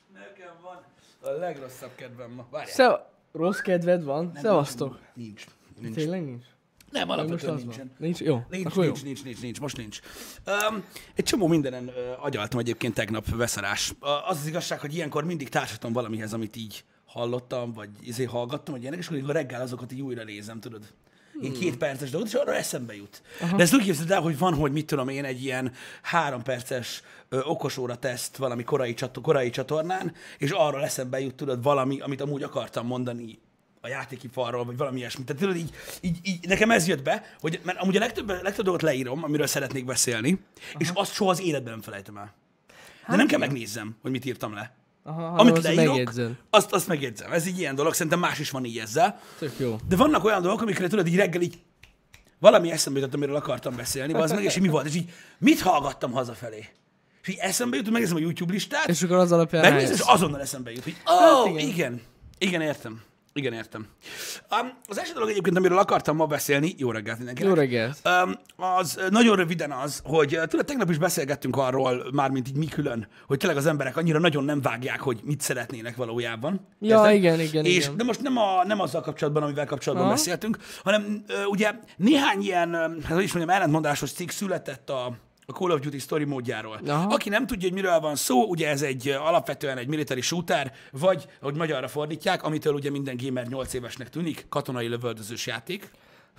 Nekem van a legrosszabb kedvem ma. Várjál. Rossz kedved van? Nem, Szevasztok. Nincs. Tényleg nincs? Nem, Vagy alapvetően most az nincsen. van? Nincs? Jó. Akkor jó. Nincs, most nincs. Egy csomó mindenen agyaltam egyébként tegnap veszarás. Az az igazság, hogy ilyenkor mindig társatom valamihez, amit így hallottam, vagy hallgattam, vagy ilyenek, és akkor reggel azokat így újra nézem, tudod. Ilyen 2 perces dolgot, és arra eszembe jut. Aha. De ezt úgy képzeld el, hogy van, hogy mit tudom én, egy ilyen 3 perces okosóra teszt valami korai csatornán, és arra eszembe jut, tudod, valami, amit amúgy akartam mondani a játékiparról, vagy valami ilyesmi. Tehát tudod, így nekem ez jött be, hogy, mert amúgy a legtöbb dolgot leírom, amiről szeretnék beszélni, és azt soha az életben nem felejtem el. De nem kell megnézzem, hogy mit írtam le. Aha, amit leírok, azt megjegyzem. Ez így ilyen dolog, szerintem más is van így ezzel. Tök jó. De vannak olyan dolgok, amikre tudod, így reggel így valami eszembe jutott, amiről akartam beszélni, az meg, és így mi volt, és így mit hallgattam hazafelé? És így eszembe jut, megnézem a YouTube listát, és akkor az alapján megnézem, és azonnal eszembe jut, hogy igen, értem. Igen, értem. Az első dolog egyébként, amiről akartam ma beszélni, jó reggelt mindenkinek. Jó reggelt. Az nagyon röviden az, hogy tudod, tegnap is beszélgettünk arról, mármint így mi külön, hogy tényleg az emberek annyira nagyon nem vágják, hogy mit szeretnének valójában. Ja, igen. És, de most nem azzal kapcsolatban, amivel kapcsolatban beszéltünk, hanem ugye néhány ilyen, hát hogy is mondjam, ellentmondásos cikk született a Call of Duty story módjáról. Aha. Aki nem tudja, hogy miről van szó, ugye ez alapvetően egy military shooter, vagy, ahogy magyarra fordítják, amitől ugye minden gamer 8 évesnek tűnik, katonai lövöldözős játék.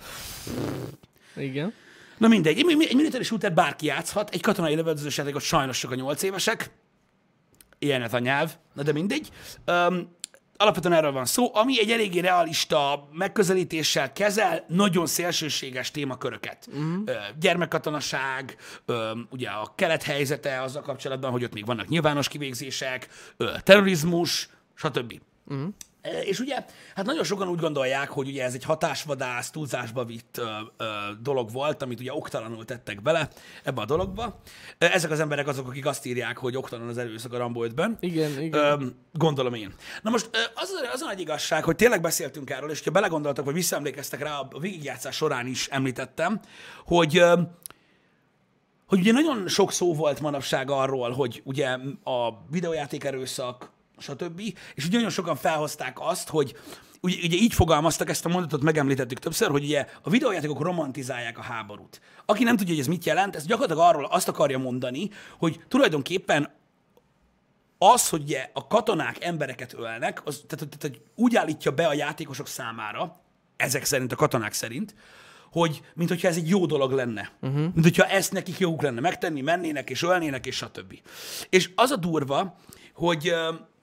Igen. Na mindegy, egy military shooter bárki játszhat, egy katonai lövöldözős játékot sajnos csak a 8 évesek. Ilyen a nyelv, na de mindegy. Alapvetően erről van szó, ami egy eléggé realista megközelítéssel kezel nagyon szélsőséges témaköröket. Gyermekkatonaság, ugye a kelet helyzete azzal kapcsolatban, hogy ott még vannak nyilvános kivégzések, terrorizmus, stb. És ugye, hát nagyon sokan úgy gondolják, hogy ugye ez egy hatásvadász, túlzásba vitt dolog volt, amit ugye oktalanul tettek bele ebbe a dologba. Ezek az emberek azok, akik azt írják, hogy oktalan az erőszak a Rambo 5-ben. Igen. Gondolom én. Na most az a nagy igazság, hogy tényleg beszéltünk erről, és ha belegondoltak, vagy visszaemlékeztek rá, a végigjátszás során is említettem, hogy ugye nagyon sok szó volt manapság arról, hogy ugye a videójáték erőszak, stb. És ugye nagyon sokan felhozták azt, hogy ugye így fogalmaztak, ezt a mondatot megemlítettük többször, hogy ugye a videójátékok romantizálják a háborút. Aki nem tudja, hogy ez mit jelent, ez gyakorlatilag arról azt akarja mondani, hogy tulajdonképpen az, hogy ugye a katonák embereket ölnek, tehát úgy állítja be a játékosok számára, ezek szerint, a katonák szerint, hogy mint hogyha ez egy jó dolog lenne. Mint hogyha ezt nekik jók lenne megtenni, mennének és ölnének, és stb. És az a durva, hogy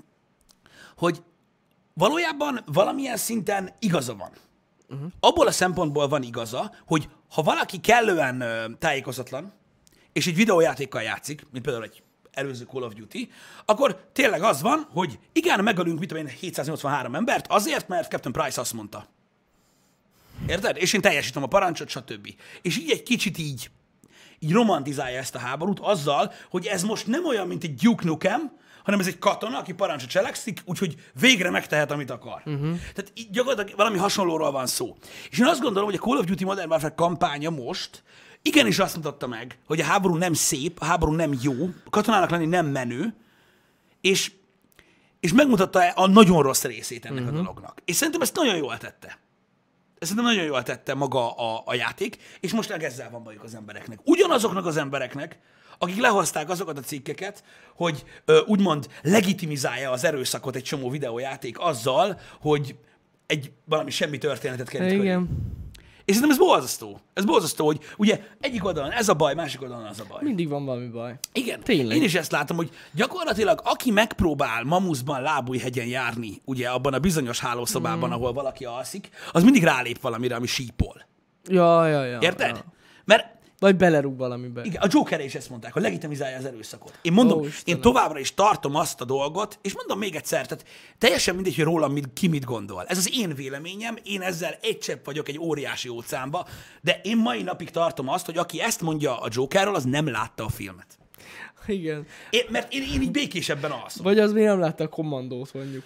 valójában valamilyen szinten igaza van. Abból a szempontból van igaza, hogy ha valaki kellően tájékozatlan, és egy videójátékkal játszik, mint például egy előző Call of Duty, akkor tényleg az van, hogy igen, megölünk, mit tudom én, 783 embert azért, mert Captain Price azt mondta. Érted? És én teljesítem a parancsot, stb. És így egy kicsit így romantizálja ezt a háborút azzal, hogy ez most nem olyan, mint egy Duke Nukem, hanem ez egy katona, aki parancsot cselekszik, úgyhogy végre megtehet, amit akar. Tehát így gyakorlatilag valami hasonlóról van szó. És én azt gondolom, hogy a Call of Duty Modern Warfare kampánya most igenis azt mutatta meg, hogy a háború nem szép, a háború nem jó, a katonának lenni nem menő, és megmutatta a nagyon rossz részét ennek a dolognak. És szerintem ezt nagyon jól tette. Szerintem nagyon jól tette maga a játék, és most ezzel van bajuk az embereknek. Ugyanazoknak az embereknek, akik lehozták azokat a cikkeket, hogy úgymond legitimizálja az erőszakot egy csomó videójáték azzal, hogy valami semmi történetet került köré. Igen. És szerintem ez borzasztó. Ez borzasztó, hogy ugye egyik oldalon ez a baj, másik oldalon az a baj. Mindig van valami baj. Igen. Tényleg. Én is ezt látom, hogy gyakorlatilag aki megpróbál Mamuszban Lábújhegyen járni, ugye abban a bizonyos hálószobában, ahol valaki alszik, az mindig rálép valamire, ami sípol. Ja. Érted? Ja. Mert vagy belerúg valamibe. Igen, a Joker is ezt mondták, hogy legitimizálja az erőszakot. Én mondom, én továbbra is tartom azt a dolgot, és mondom még egyszer, tehát teljesen mindegy, hogy rólam ki mit gondol. Ez az én véleményem, én ezzel egy csepp vagyok egy óriási óceánba, de én mai napig tartom azt, hogy aki ezt mondja a Jokerről, az nem látta a filmet. Igen. Mert én így békésebben alszom. Vagy az még nem látta a Kommandót, mondjuk.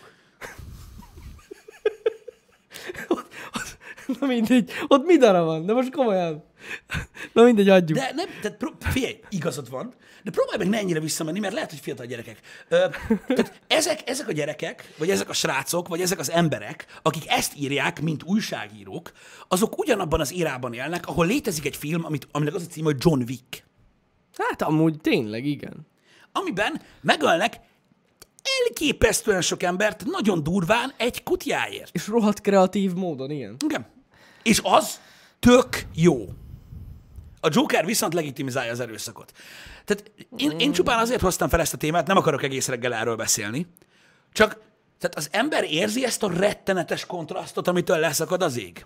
Na mindegy, ott mi dara van, de most komolyan. Na mindegy, adjuk. De nem, tehát figyelj, igazad van, de próbálj meg ne ennyire visszamenni, mert lehet, hogy fiatal gyerekek. Tehát ezek a gyerekek, vagy ezek a srácok, vagy ezek az emberek, akik ezt írják, mint újságírók, azok ugyanabban az érában élnek, ahol létezik egy film, aminek az a címe, hogy John Wick. Hát amúgy tényleg, igen. Amiben megölnek elképesztően sok embert nagyon durván egy kutyáért. És rohadt kreatív módon, igen. Igen. És az tök jó. A Joker viszont legitimizálja az erőszakot. Tehát én csupán azért hoztam fel ezt a témát, nem akarok egész reggel erről beszélni, csak tehát az ember érzi ezt a rettenetes kontrasztot, amitől leszakad az ég.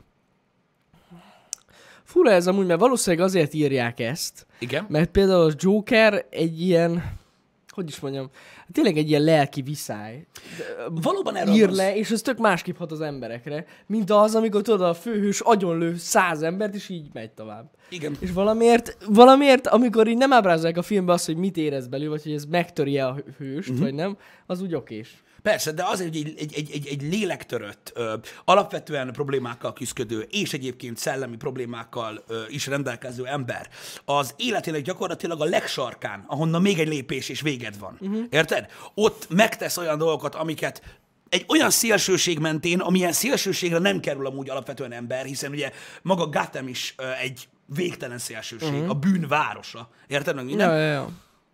Fura ez amúgy, mert valószínűleg azért írják ezt, Igen. mert például a Joker egy ilyen, hogy is mondjam, tényleg egy ilyen lelki viszály. Valóban erről Ír van le, és ez tök másképp hat az emberekre, mint az, amikor tudod, a főhős agyonlő 100 embert, és így megy tovább. Igen. És valamiért, amikor így nem ábrázolják a filmben azt, hogy mit érez belül, vagy hogy ez megtöri a hőst, vagy nem, az úgy okés. Persze, de azért, hogy egy lélektörött, alapvetően problémákkal küzdködő, és egyébként szellemi problémákkal is rendelkező ember az életének gyakorlatilag a legsarkán, ahonnan még egy lépés és véged van. Érted? Ott megtesz olyan dolgokat, amiket egy olyan szélsőség mentén, amilyen szélsőségre nem kerül amúgy alapvetően ember, hiszen ugye maga Gotham is egy végtelen szélsőség, a bűn városa. Érted meg minden? Ja.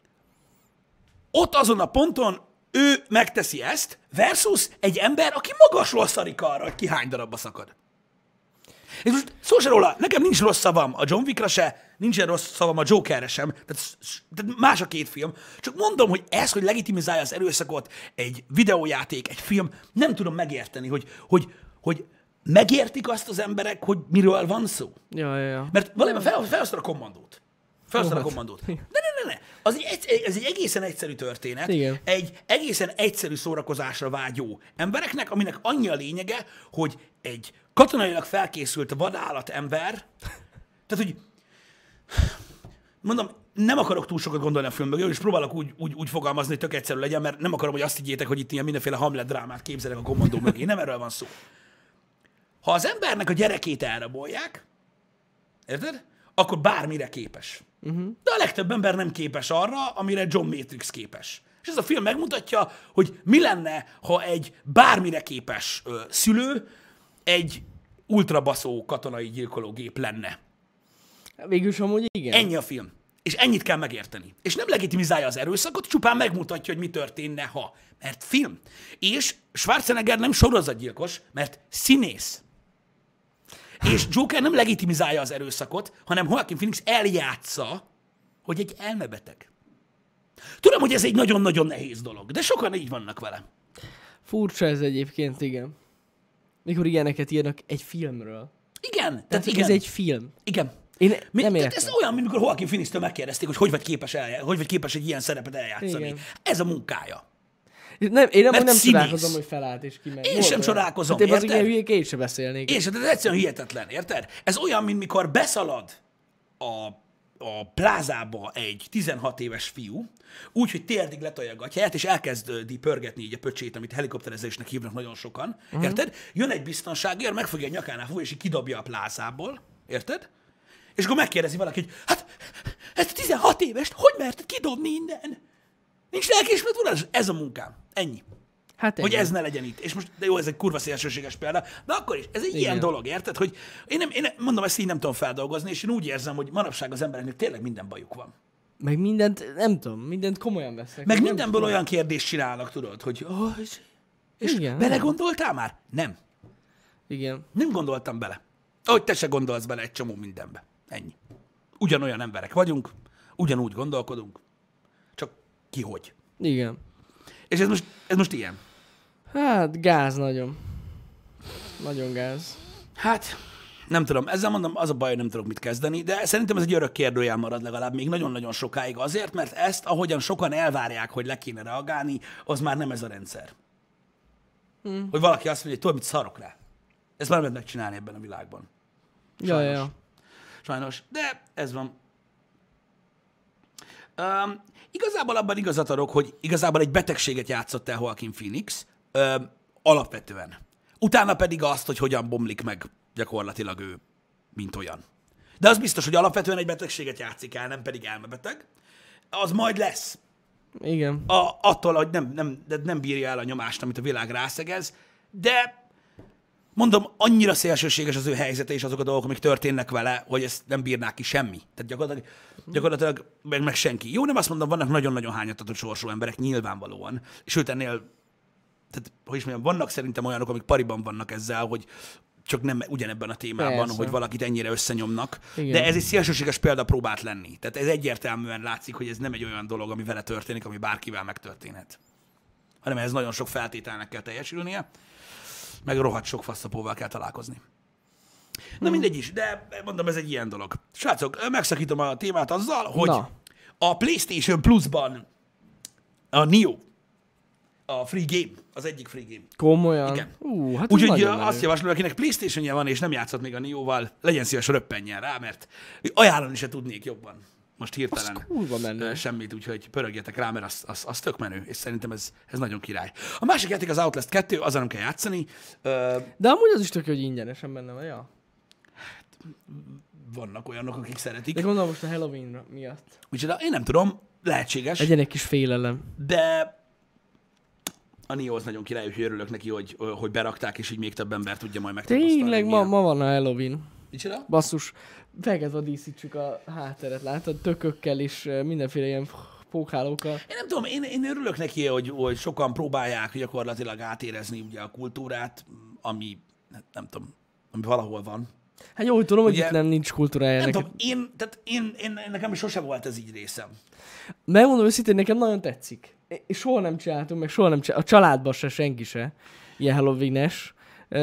Ott azon a ponton ő megteszi ezt, versus egy ember, aki magasról szarik arra, hogy ki hány darabba szakad. És most szó se róla, nekem nincs rossz szavam a John Wickra se, nincsen rossz szavam a Jokerre sem, tehát más a két film. Csak mondom, hogy ez, hogy legitimizálja az erőszakot, egy videójáték, egy film, nem tudom megérteni, hogy megértik azt az emberek, hogy miről van szó. Ja. Mert valójában felhoztad a kommandót. Felhoztad a kommandót. Ne. Az ez egy egészen egyszerű történet. Igen. Egy egészen egyszerű szórakozásra vágyó embereknek, aminek annyi a lényege, hogy egy katonailag felkészült vadállat ember, tehát, hogy mondom, nem akarok túl sokat gondolni a filmből, és próbálok úgy fogalmazni, hogy tök egyszerű legyen, mert nem akarom, hogy azt higgyétek, hogy itt ilyen mindenféle Hamlet drámát képzelek a kommandó mögé. Nem erről van szó. Ha az embernek a gyerekét elrabolják, érted? Akkor bármire képes. De a legtöbb ember nem képes arra, amire John Matrix képes. És ez a film megmutatja, hogy mi lenne, ha egy bármire képes szülő egy ultrabaszó katonai gyilkológép lenne. Végülis amúgy igen. Ennyi a film. És ennyit kell megérteni. És nem legitimizálja az erőszakot, csupán megmutatja, hogy mi történne, ha. Mert film. És Schwarzenegger nem sorozatgyilkos, mert színész. És Joker nem legitimizálja az erőszakot, hanem Joaquin Phoenix eljátsza, hogy egy elmebeteg. Tudom, hogy ez egy nagyon-nagyon nehéz dolog, de sokan így vannak vele. Furcsa ez egyébként, igen. Mikor ilyeneket írnak egy filmről. Igen. Tehát igen. ez egy film. Igen. Én nem Tehát értem. ez olyan, mint amikor Joaquin Phoenix-től megkérdezték, hogy hogy vagy képes egy ilyen szerepet eljátszani. Igen. Ez a munkája. Én nem színész. csodálkozom, hogy felállt és kimegy. Én sem csodálkozom, hát én az érted? ilyen hülyék sem beszélnék. És ez egyszerűen hihetetlen, érted? Ez olyan, mint mikor beszalad a plázába egy 16 éves fiú, úgy, hogy térdig letolja a gatyáját, és elkezdi pörgetni így a pöcsét, amit helikopterezésnek hívnak nagyon sokan, érted? Jön egy biztonságért, megfogja a nyakánál fúj, és így kidobja a plázából, érted? És akkor megkérdezi valaki, hogy hát, ezt a 16 évest hogy merted kidobni innen? Nincs lelkiismeret, uram? Ez a munkám. Ennyi. Hát Hogy ez ne legyen itt. És most, de jó, ez egy kurva szélsőséges példa, de akkor is, ez egy ilyen dolog, érted? Hogy én mondom, ezt így nem tudom feldolgozni, és én úgy érzem, hogy manapság az embereknek tényleg minden bajuk van. Meg mindent, nem tudom, mindent komolyan veszek. Meg Nem mindenből tudom. olyan kérdést csinálnak, tudod, hogy és Igen, belegondoltál már? Nem. Igen. Nem gondoltam bele. Ahogy te se gondolsz bele egy csomó mindenbe. Ennyi. Ugyanolyan emberek vagyunk, ugyanúgy gondolkodunk, csak ki hogy. Igen. És ez most ilyen. Hát gáz nagyon. Nagyon gáz. Hát, nem tudom, ezzel mondom, az a baj, hogy nem tudok mit kezdeni, de szerintem ez egy örök kérdőjel marad legalább még nagyon-nagyon sokáig azért, mert ezt, ahogyan sokan elvárják, hogy le kéne reagálni, az már nem ez a rendszer. Hogy valaki azt mondja, hogy tudod, mit szarok rá. Ezt már nem lehet megcsinálni ebben a világban. Ja. Sajnos, de ez van. Igazából abban igazat adok, hogy igazából egy betegséget játszott el Joaquin Phoenix, alapvetően. Utána pedig azt, hogy hogyan bomlik meg gyakorlatilag ő, mint olyan. De az biztos, hogy alapvetően egy betegséget játszik el, nem pedig elmebeteg. Az majd lesz. Igen. Attól, hogy nem bírja el a nyomást, amit a világ rászegez, de mondom, annyira szélsőséges az ő helyzete és azok a dolgok, amik történnek vele, hogy ezt nem bírnák ki semmi. Tehát gyakorlatilag meg senki. Jó, nem azt mondom, vannak nagyon-nagyon hányatatott sorsú emberek, nyilvánvalóan. Sőt, ennél, tehát, hogy is mondjam, vannak szerintem olyanok, amik pariban vannak ezzel, hogy csak nem ugyanebben a témában, Persze. hogy valakit ennyire összenyomnak. Igen. De ez egy szélsőséges példa próbált lenni. Tehát ez egyértelműen látszik, hogy ez nem egy olyan dolog, ami vele történik, ami bárkivel megtörténhet. Hanem ez nagyon sok feltételnek kell teljesülnie, meg rohadt sok faszapóval kell találkozni. Na mindegy is, de mondom, ez egy ilyen dolog. Srácok, megszakítom a témát azzal, hogy a PlayStation Plus-ban a Nioh, a free game, az egyik free game. Komolyan? Igen. Hát úgyhogy azt javaslom, akinek PlayStation-je van, és nem játszott még a Nioh-val, legyen szíves, röppenjen rá, mert ajánlani se tudnék jobban. Most hirtelen kurva menő. Semmit, úgyhogy pörögjetek rá, mert az tök menő, és szerintem ez nagyon király. A másik játék az Outlast 2, azzal nem kell játszani. De amúgy az is tök, hogy ingyenesen benne van, ja. Vannak olyanok, akik szeretik. De gondolom most a Halloween miatt. Úgyhogy én nem tudom, lehetséges. Legyen egy kis félelem. De a Nioh az nagyon király, hogy örülök neki, hogy berakták, és így még több ember tudja majd megtapasztalni. Tényleg, ma van a Halloween. Micsoda? Basszus, fel kellett díszítsük a hátteret, látod? Tökökkel és mindenféle ilyen pókhálókkal. Én nem tudom, én örülök neki, hogy sokan próbálják gyakorlatilag átérezni ugye a kultúrát, ami, nem tudom, ami valahol van. Hát jó, hogy tudom, hogy Ugye, itt nem nincs kultúrája nem nekem. tudom, én nekem is sose volt ez így részem. Megmondom őszintén, nekem nagyon tetszik. És soha nem csináltunk, meg soha nem csináltunk. A családban se, senki se. Ilyen Halloween-es.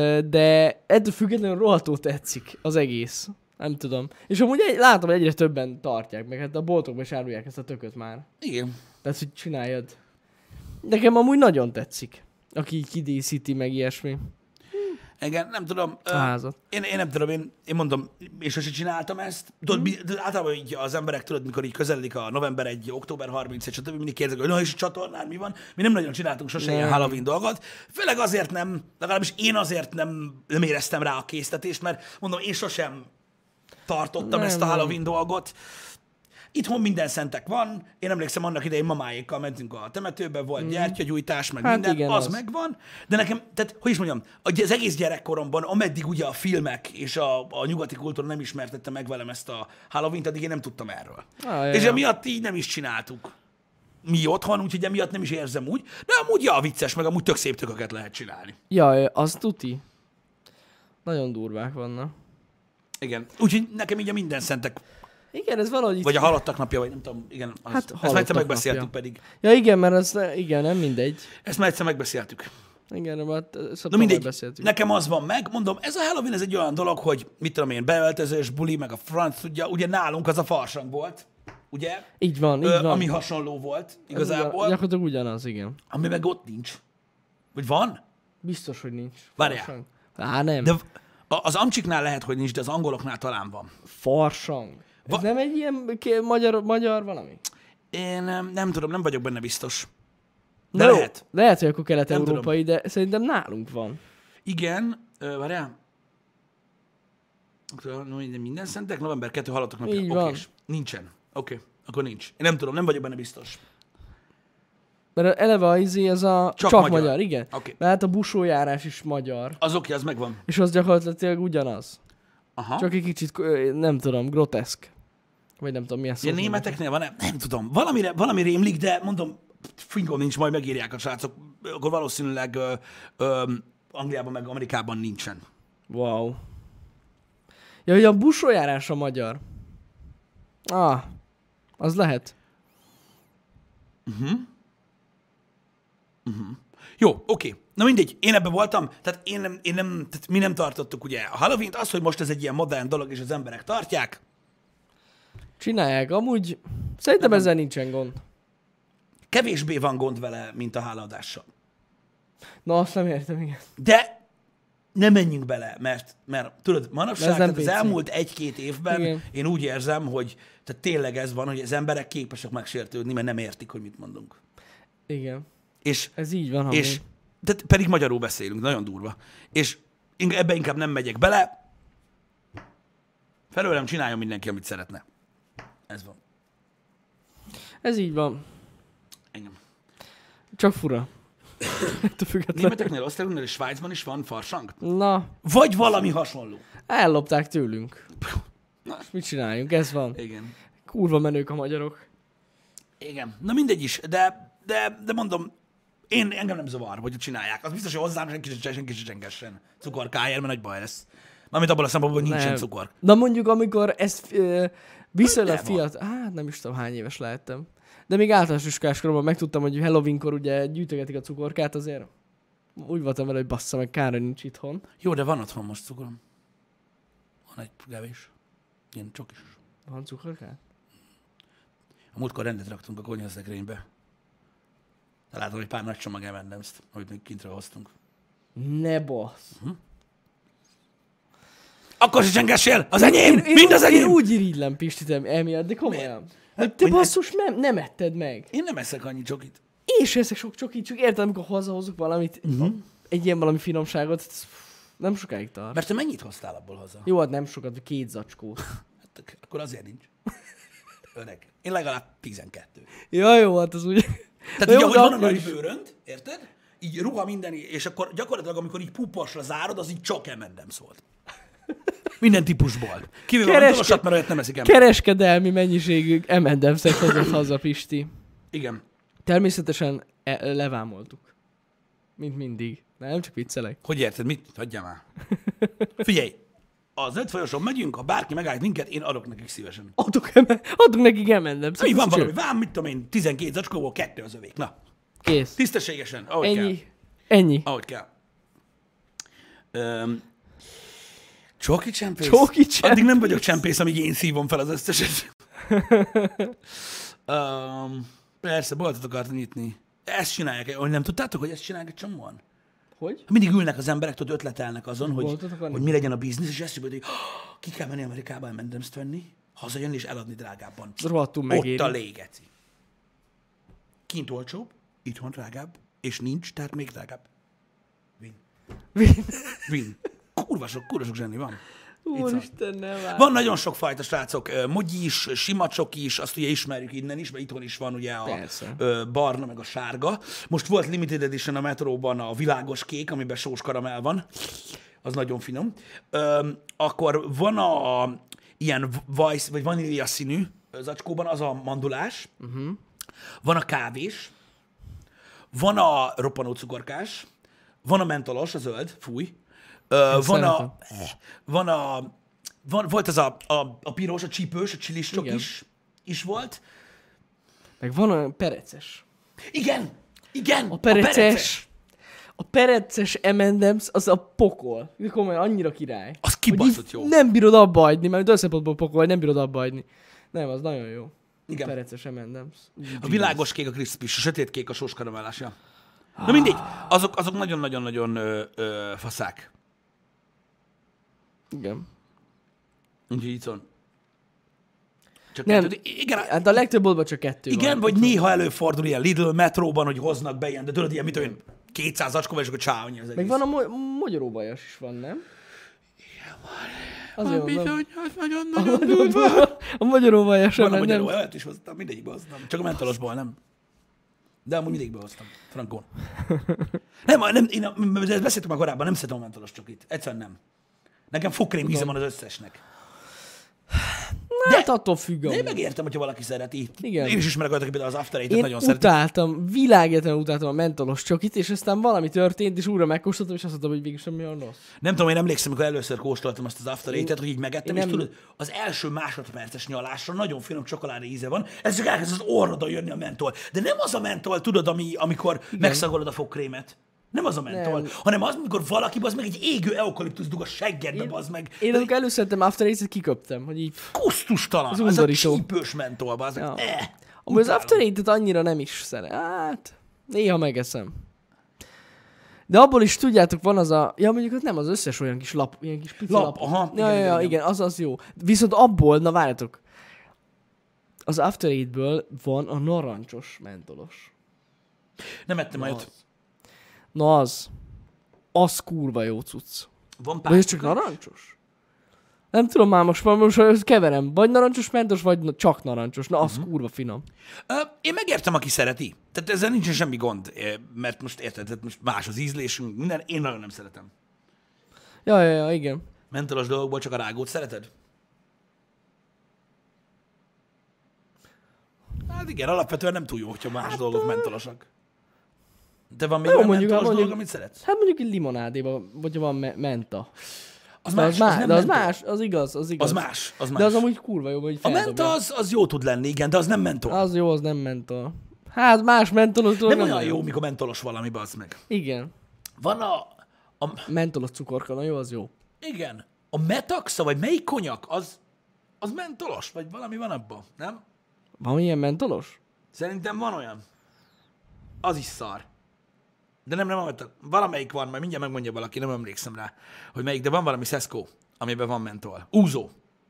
De ettől függetlenül rohadtul tetszik az egész. Nem tudom. És amúgy látom, hogy egyre többen tartják meg. Hát a boltokban is árulják ezt a tököt már. Igen. Tehát, hogy csináljad. Nekem amúgy nagyon tetszik. Aki így kidíszíti, meg ilyesmi. Igen, nem tudom. A házat. Én nem tudom, én mondom, és sose csináltam ezt. Tudod, általában így az emberek, tudod, mikor így közeledik a november 1, október 31, stb. Mindig kérdezik, hogy na és a csatornán mi van. Mi nem nagyon csináltunk sose ilyen Halloween dolgot. Főleg azért nem, legalábbis én azért nem éreztem rá a késztetést, mert mondom, én sosem tartottam ezt a Halloween dolgot. Itthon minden szentek van. Én emlékszem, annak idején mamáékkal mentünk a temetőbe, volt gyertyagyújtás, meg Hát minden, igen, az az. megvan. De nekem, tehát, hogy is mondjam, az egész gyerekkoromban, ameddig ugye a filmek és a nyugati kultúra nem ismertette meg velem ezt a Halloween-t, addig én nem tudtam erről. És emiatt így nem is csináltuk mi otthon, úgyhogy emiatt nem is érzem úgy. De amúgy ja, vicces, meg amúgy tök szép tököket lehet csinálni. Ja, az tuti. Nagyon durvák vannak. Igen. Úgyhogy nekem így a minden szentek, Igen, ez valahogy... vagy a halottak napja, vagy nem tudom, igen. Az, Hát ezt már egyszer halottak megbeszéltük napja. pedig. Ja igen, mert ez, igen, nem mindegy. Ezt már egyszer megbeszéltük. Igen, mert Na mindegy, beszéltünk. nekem az van meg, mondom, ez a Halloween ez egy olyan dolog, hogy mit tudom én, beöltözés, buli, meg a franc, ugye nálunk az a farsang volt, ugye? Így van, így van. Ami hasonló volt igazából, Gyakorlatilag ugyanaz, igen. ami meg ott nincs. Vagy van? Biztos, hogy nincs. Várjál. Farsang. Á, nem. De az amcsiknál lehet, hogy nincs, de az angoloknál talán van. Farsang. Ez nem egy ilyen magyar valami? Én nem tudom, nem vagyok benne biztos. De Na jó, lehet. Lehet, hogy akkor kelet-európai, de szerintem nálunk van. Igen, várjál. Minden szentek, november 2 halottak napja. Így van. Okés. Nincsen. Oké, akkor nincs. Én nem tudom, nem vagyok benne biztos. Mert eleve a izé, ez a csak magyar, igen. Oké. Mert hát a busójárás is magyar. Az oké, az megvan. És az gyakorlatilag ugyanaz. Aha. Csak egy kicsit, nem tudom, groteszk. Vagy nem tudom, milyen szó. Ilyen németeknél van, nem tudom. Valami rémlik, de mondom, fingom nincs, majd megírják a srácok. Akkor valószínűleg Angliában meg Amerikában nincsen. Wow. Ja, hogy a busójárás a magyar. Az lehet. Jó, oké. Na mindegy, én ebben voltam, tehát tehát mi nem tartottuk ugye a Halloween-t, az, hogy most ez egy ilyen modern dolog, és az emberek tartják. Csinálják. Amúgy szerintem ezzel nincsen gond. Kevésbé van gond vele, mint a hálaadással. Na, azt nem értem, igen. De ne menjünk bele, mert tudod, manapság, Ez nem tehát az PC. elmúlt 1-2 évben Igen. én úgy érzem, hogy tehát tényleg ez van, hogy az emberek képesek megsértődni, mert nem értik, hogy mit mondunk. Igen. És Ez így van, És tehát pedig magyarul beszélünk, nagyon durva. És ebbe inkább nem megyek bele. Felőlem csináljon mindenki, amit szeretne. Ez van. Ez így van. Engem. Csak fura. Ettől függetlenül. Németeknél, Osztráknél és Svájcban is van farsang? Na, Vagy valami hasonló. ellopták tőlünk. Na. Mit csináljunk? Ez van. Igen. Kurva menők a magyarok. Igen. Na mindegy is, de mondom, engem nem zavar, hogy csinálják. Az biztos, hogy hozzám senki se csengessen cukorkáért, mert nagy baj lesz. Mármint abban a szempontból, hogy nincsen Nem. cukor. Na mondjuk, amikor ezt viszonylag De van. fiatal... Hát nem is tudom, hány éves lehettem. De még általános iskolás koromban megtudtam, hogy Halloweenkor ugye gyűjtögetik a cukorkát, azért úgy voltam vele, hogy bassza meg, kár, hogy nincs itthon. Jó, de van otthon most cukorom. Van egy kevés. Ilyen csokis. Van cukorkát? A múltkor rendet raktunk a konyhaszekrénybe. Találtam egy pár nagy csomag M&M's-t, amit még kintről hoztunk. Ne bassz. Akkor se csengessél! Az enyém! Mind az Én enyém! úgy irigylem Pistit emiatt, de komolyan. Hogy te Hogy basszus nem etted meg. Én nem eszek annyi csokit. Én sem eszek sok csokit, csak érted, amikor hazahozok valamit, egy ilyen valami finomságot, ez nem sokáig tart. Mert te mennyit hoztál abból haza? Jó, hát nem sokat, 2 zacskót. Hát, akkor azért nincs. Öreg. Én legalább 12. Ja, jó, hát az úgy... Tehát ugye, jó, hogy de van a akkor nagy is. bőrönd, érted? Így ruha minden, és akkor gyakorlatilag, amikor így pupasra zárod, az így csak M&M's volt. Minden típusból. Kivéve a mentolosat, mert olyat nem eszik M&M's. Kereskedelmi mennyiségű M&M's-et hozott haza Pisti. Igen. Természetesen levámoltuk. Mint mindig. Nem, csak viccelek. Hogy érted? Mit? Hagyjál már. Figyelj! Az 5 folyoson megyünk, ha bárki megállít minket, én adok nekik szívesen. Adunk nekik M&M's-et. Mi van valami? Vám, mit tudom én, 12 zacskóból 2 az övék. Na, Kész. tisztességesen, ahogy kell. Ennyi. Ennyi. Ahogy kell. Csoki csempész? Csoki csempész. Addig nem vagyok csempész, amíg én szívom fel az összeset. Persze, boltot akartam nyitni. Ezt csinálják, hogy nem tudtátok, hogy ezt csinálják egy csomóan? Hogy? Mindig ülnek az emberek, tudod, ötletelnek azon, Boltot akarni? hogy mi legyen a biznisz, és eszükbe, hogy ki kell menni Amerikába M&M's-t venni, hazajönni és eladni drágábban. Rohadtul megéri. Ott a légeci. Kint olcsóbb, itthon drágább, és nincs, tehát még drágább. Win. Kurva sok zseni van. Úristen, nem áll. Van nagyon sok fajta, srácok. Mogyis, sima csokis, azt ugye ismerjük innen is, mert itthon is van ugye a Persze. barna, meg a sárga. Most volt limited edition a metróban a világos kék, amiben sós karamell van. Az nagyon finom. Akkor van a ilyen vajsz, vagy vanília színű zacskóban, az a mandulás. Van a kávés. Van a roppanó cukorkás. Van a mentolos, a zöld, fúj. Volt ez a piros, a csípős, a csilis csokis is volt. Meg van olyan pereces. Igen, A pereces M&M's az a pokol. Komolyan, annyira király. Az Hogy kibaszott így jó. Nem bírod abba hagyni, mert olyan szempontból pokol, nem bírod abba hagyni. Nem, az nagyon jó. Igen. Pereces M&M's. A világos kék a crispis, a sötét kék a sós karamellás, ja. Na mindegy, azok nagyon-nagyon-nagyon faszák. Igen. Úgyhogy így van. Csak Nem. kettő. Igen, Hát a legtöbb boltban csak 2 van. igen, vagy néha előfordul ilyen Lidl metróban, hogy hoznak be ilyen, de tudod, ilyen, mit olyan 200 zacskóval, és akkor csáó, annyi az egész. Meg van a magyaróvajas is van, nem? Van Azért bizony, az nagyon-nagyon durva. A magyaróvajas Van a M&M's. magyaró, olyat is hoztam, mindegyikbe hoztam. Csak a mentolosból, nem. De amúgy mindegyikbe hoztam, frankón. Ezt beszéltük már korábban, nem szeretem a mentolos csokit. Egyszerűen nem. Nekem fogkrém íze van az összesnek. Hát attól függ. De én amúgy. megértem, hogyha valaki szereti. Igen. Én is ismerek olyat, aki például az After Eight-et Én nagyon szereti. utáltam, világéletlenül utáltam a mentolos csokit, és aztán valami történt, és újra megkóstoltam, és azt mondtam, hogy végül semmi olyan rossz. Nem tudom, én emlékszem, amikor először kóstoltam azt az After Eight-et, hogy így megettem, én és nem- tudod, az első másodperces nyalásra nagyon finom csokoládé íze van, ez csak elkezd az orrodon jönni a mentol. De nem az a mentol, tudod, amikor megszagolod a fogkrémet. Nem az a mentol, Nem. hanem az, amikor valaki az meg egy égő eukaliptusz dug a seggedbe, az meg. Én amikor először ettem After Eight-et, kiköptem, hogy így... Kusztustalan, Az az a undorító. csípős mentol, az Ja. meg. Amúgy az After Eight-et annyira nem is szeret. Hát, néha megeszem. De abból is tudjátok, van az a... Ja, mondjuk ott nem az összes olyan kis lap, ilyen kis pici Lap, lap. aha, Ja, igen, az jó. Viszont abból, na várjatok. Az After Eight-ből van a narancsos mentolos. Nem ettem Na olyat. az. Na az. Az kurva jó cucc. Van Vagy ez pár. csak narancsos? Nem tudom már most keverem. Vagy narancsos mentos, vagy csak narancsos. Na, az kurva finom. Én megértem, aki szereti. Tehát ezzel nincsen semmi gond, mert most érted, tehát most más az ízlésünk, minden. Én nagyon nem szeretem. Ja, igen. Mentolos dolgokból csak a rágót szereted? Hát igen, alapvetően nem túl jó, hogyha más dolgok mentolosak. De van még Jó, olyan mondjuk- mentolos dolog, mondjuk- amit szeretsz? Hát mondjuk egy limonádéba, vagy van menta. Az De más, az más, nem de az mentol. más, az igaz, az igaz. Az más, az más. De az amúgy kurva jó, hogy A feldobja. menta az jó tud lenni, igen, de az nem mentol. Az jó, az nem mentol. Hát más mentolos dolog Nem olyan jó, mikor mentolos valami, bazd meg. Igen. Van a Mentolos cukorka, na jó, az jó. igen, a metaxa, vagy melyik konyak, az mentolos, vagy valami van abban, nem? Van ilyen mentolos? Szerintem van olyan. Az is szar. De nem mondtak. Valamelyik van, majd mindjárt megmondja valaki, nem emlékszem rá, hogy melyik, de van valami Szeszkó, amiben van mentol. Úzó.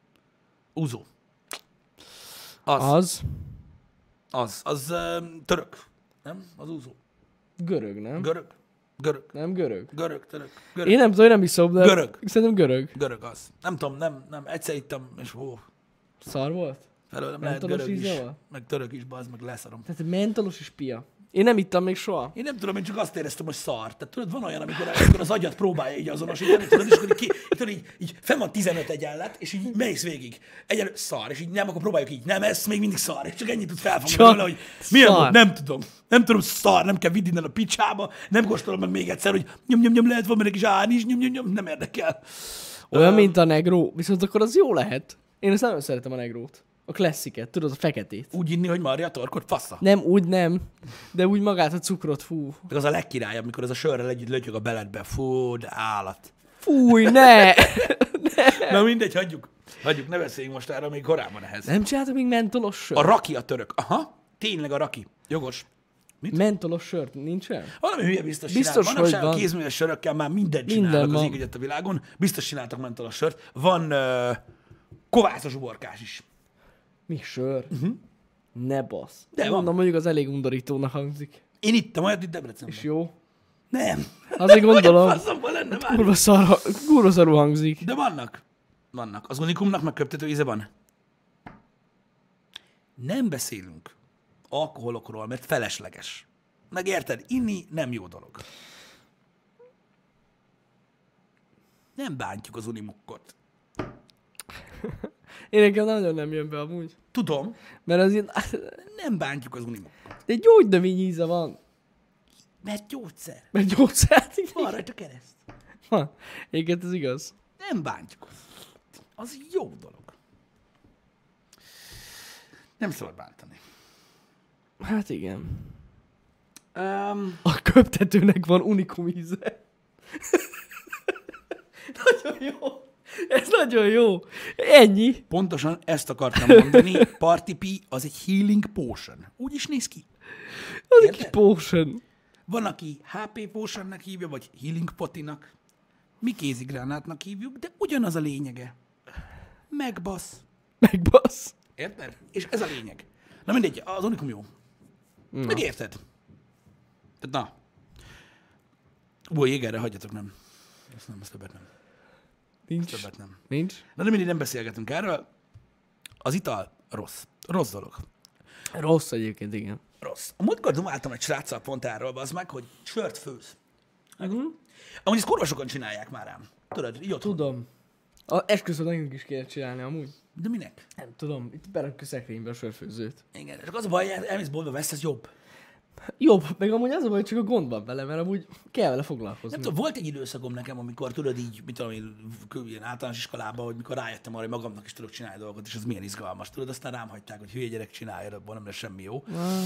Az török. Nem? Az úzó. Görög, nem? Görög. Nem görög. Török. Én nem tudom, én nem iszom, de Görög. szerintem görög. Görög az. Nem tudom, nem. Egyszer ittam, és Szar volt? felőlem lehet Mentolos görög is. íze van? Meg török is, bazd, meg leszarom. Tehát mentolos és pia. Én nem ittam még soha. Én nem tudom, én csak azt éreztem, hogy szar. Tehát tudod, van olyan, amikor az agyat próbálja így azonosítani, tudod, és akkor így fenn van 15 egyenlet, és így mész végig. Egyenlő szar, és így nem, akkor próbáljuk így. Nem, ez még mindig szar, és csak ennyit tud felfogni Csak vele, hogy milyen szar. volt, nem tudom. Nem tudom, szar, nem kell vidd innen a picsába, nem kóstolom meg még egyszer, hogy nyom, lehet van egy kis árny is, nyom, nem érdekel. Olyan, mint a negró. Viszont akkor az jó lehet. Én ezt nagyon szeretem a negrót. A klassziket, tudod, a feketét. Úgy inni, hogy Maria torkot fassza. Nem, úgy nem. De úgy magát a cukrot, fú. Meg az a legkirályabb, amikor az a sörrel együtt lötyög a beledbe. Fú, de állat. Fúj, ne! Na mindegy, hagyjuk, ne beszéljünk most erről, még korábban ehhez. Nem csináltak még mentolos sört? A raki a török. Aha, tényleg a raki. Jogos. Mentolos sört nincsen? Valami hülye biztos, Biztos, csinál. Manapság hogy a van. kézműves sörökkel már mindent Minden csinálnak az van. ég egyet a világon. Biztos csináltak mentolos sört. Van kovászos uborkás is. Mi sör? Ne basz. De van. Mondom, mondjuk az elég undorítónak hangzik. Én ittam olyat itt Debrecenben. És jó. Nem. Azért gondolom. Faszomban lenne már. Kurva szarul hangzik. De vannak. Az unikumnak megköptető íze van. Nem beszélünk alkoholokról, mert felesleges. Megérted? Inni nem jó dolog. Nem bántjuk az unimukkot. Én nekem nagyon nem jön be amúgy. Tudom, Mert az ilyen... nem bántjuk az unimukkot. De gyógynövény íze van. Mert gyógyszer. Mert gyógyszert Van rajta kereszt. van. Éget, ez igaz. Nem bántjuk. Az jó dolog. Nem szabad bántani. Hát igen. Um, A köptetőnek van unikum íze. Nagyon jó. Ez nagyon jó. Ennyi. pontosan ezt akartam mondani. Party Pea az egy healing potion. Úgy is néz ki. Az egy Érted? kis potion. Van, aki HP potionnek hívja, vagy healing potinak. Mi kézigránátnak hívjuk, de ugyanaz a lényege. Megbasz. Megbasz. Érted? És ez a lényeg. Na mindegy, az unikum jó. Megérted? Tehát na. Jégerre hagyjatok, nem. Ezt többet nem. Nincs. Többet nem. Nincs. Na de mindig nem beszélgetünk erről. Az ital rossz. Rossz dolog. Rossz egyébként, igen. Rossz. A múltkor dumáltam egy sráccal pont erről, az meg, hogy sört főz. Amúgy ezt kurva sokan csinálják már rám. Tudod, így otthon. Tudom. Esküszöt nekünk is kéne csinálni amúgy. De minek? Nem tudom. Itt berakjuk a szekrénybe a sörfőzőt. Igen, csak az a baj, hogy elmész boltba, vesz, ez jobb. Jobb, meg amúgy az a baj, hogy csak a gond van vele, mert amúgy kell vele foglalkozni. Nem tudom, volt egy időszakom nekem, amikor tudod így, mit tudom én, ilyen általános iskolában, hogy mikor rájöttem arra, hogy magamnak is tudok csinálni dolgokat, és ez milyen izgalmas. Tudod, aztán rám hagyták, hogy hülye gyerek csinálja, abban nem lesz semmi jó.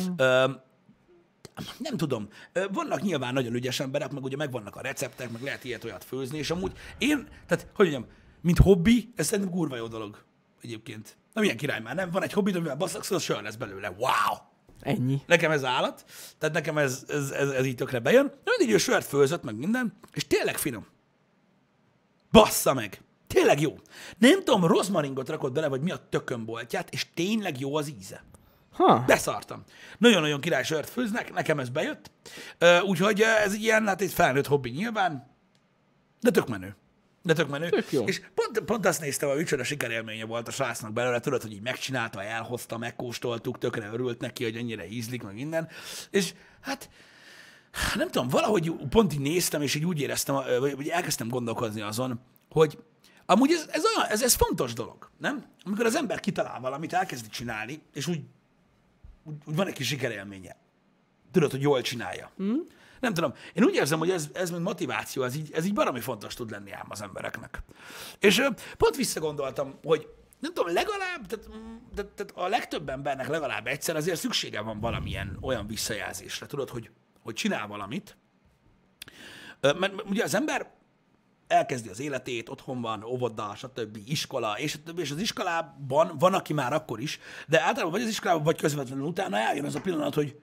Nem tudom. Vannak nyilván nagyon ügyes emberek, meg ugye megvannak a receptek, meg lehet ilyet-olyat főzni, és amúgy én, tehát hogy mondjam, mint hobbi, ez szerintem kurva jó dolog egyébként. Na milyen király már, nem? Van egy hobbi, amivel basszak, szóval sör lesz belőle. Wow! Ennyi. Nekem ez állat, tehát nekem ez így tökre bejön. Mindig ő sört főzött, meg minden, és tényleg finom. Bassza meg! Tényleg jó. Nem tudom, rozmaringot rakott bele, vagy mi a tökönboltját, és tényleg jó az íze. Ha. Beszartam. Nagyon-nagyon király sört főznek, nekem ez bejött. Úgyhogy ez egy ilyen, hát egy felnőtt hobbi nyilván, de tök menő. De tök menő. Tök jó. És pont azt néztem, hogy micsoda sikerélménye volt a srácnak belőle, tudod, hogy így megcsinálta, elhozta, megkóstoltuk, tökre örült neki, hogy ennyire ízlik, meg minden. És hát nem tudom, valahogy pont így néztem, és így úgy éreztem, vagy elkezdtem gondolkozni azon, hogy amúgy ez fontos dolog, nem? Amikor az ember kitalál valamit, elkezdi csinálni, és úgy van egy kis sikerélménye. Tudod, hogy jól csinálja. Nem tudom, én úgy érzem, hogy ez mint motiváció, ez így baromi fontos tud lenni ám az embereknek. És pont visszagondoltam, hogy nem tudom, legalább, tehát a legtöbb embernek legalább egyszer azért szüksége van valamilyen olyan visszajelzésre, tudod, hogy csinál valamit. Mert ugye az ember elkezdi az életét, otthon van, óvoda, stb., iskola, és az iskolában van, aki már akkor is, de általában vagy az iskolában, vagy közvetlenül utána eljön az a pillanat, hogy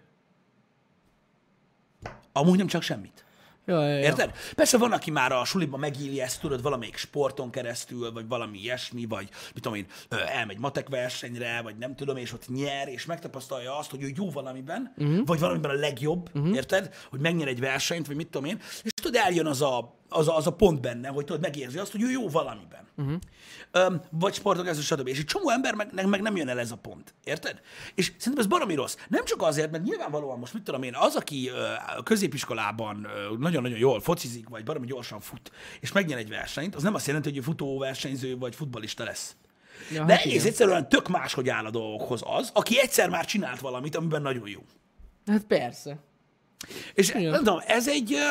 amúgy nem csak semmit. Ja. Érted? Persze van, aki már a suliban megéli ezt, tudod, valamelyik sporton keresztül, vagy valami ilyesmi, vagy mit tudom én, elmegy matek versenyre, vagy nem tudom, és ott nyer, és megtapasztalja azt, hogy ő jó valamiben, vagy valamiben a legjobb, érted? Hogy megnyer egy versenyt, vagy mit tudom én, és tudod, eljön az a pont benne, hogy tudod, megérzi azt, hogy ő jó valamiben. Vagy sportok, ez stb. És egy csomó embernek meg nem jön el ez a pont. Érted? És szerintem ez baromi rossz. Nem csak azért, mert nyilvánvalóan most mit tudom én, az, aki középiskolában nagyon-nagyon jól focizik, vagy baromi gyorsan fut, és megnyer egy versenyt, az nem azt jelenti, hogy ő futóversenyző vagy futballista lesz. Ja, de hát egész egyszerűen tök máshogy áll a dolgokhoz az, aki egyszer már csinált valamit, amiben nagyon jó. Hát persze. És nem tudom, ez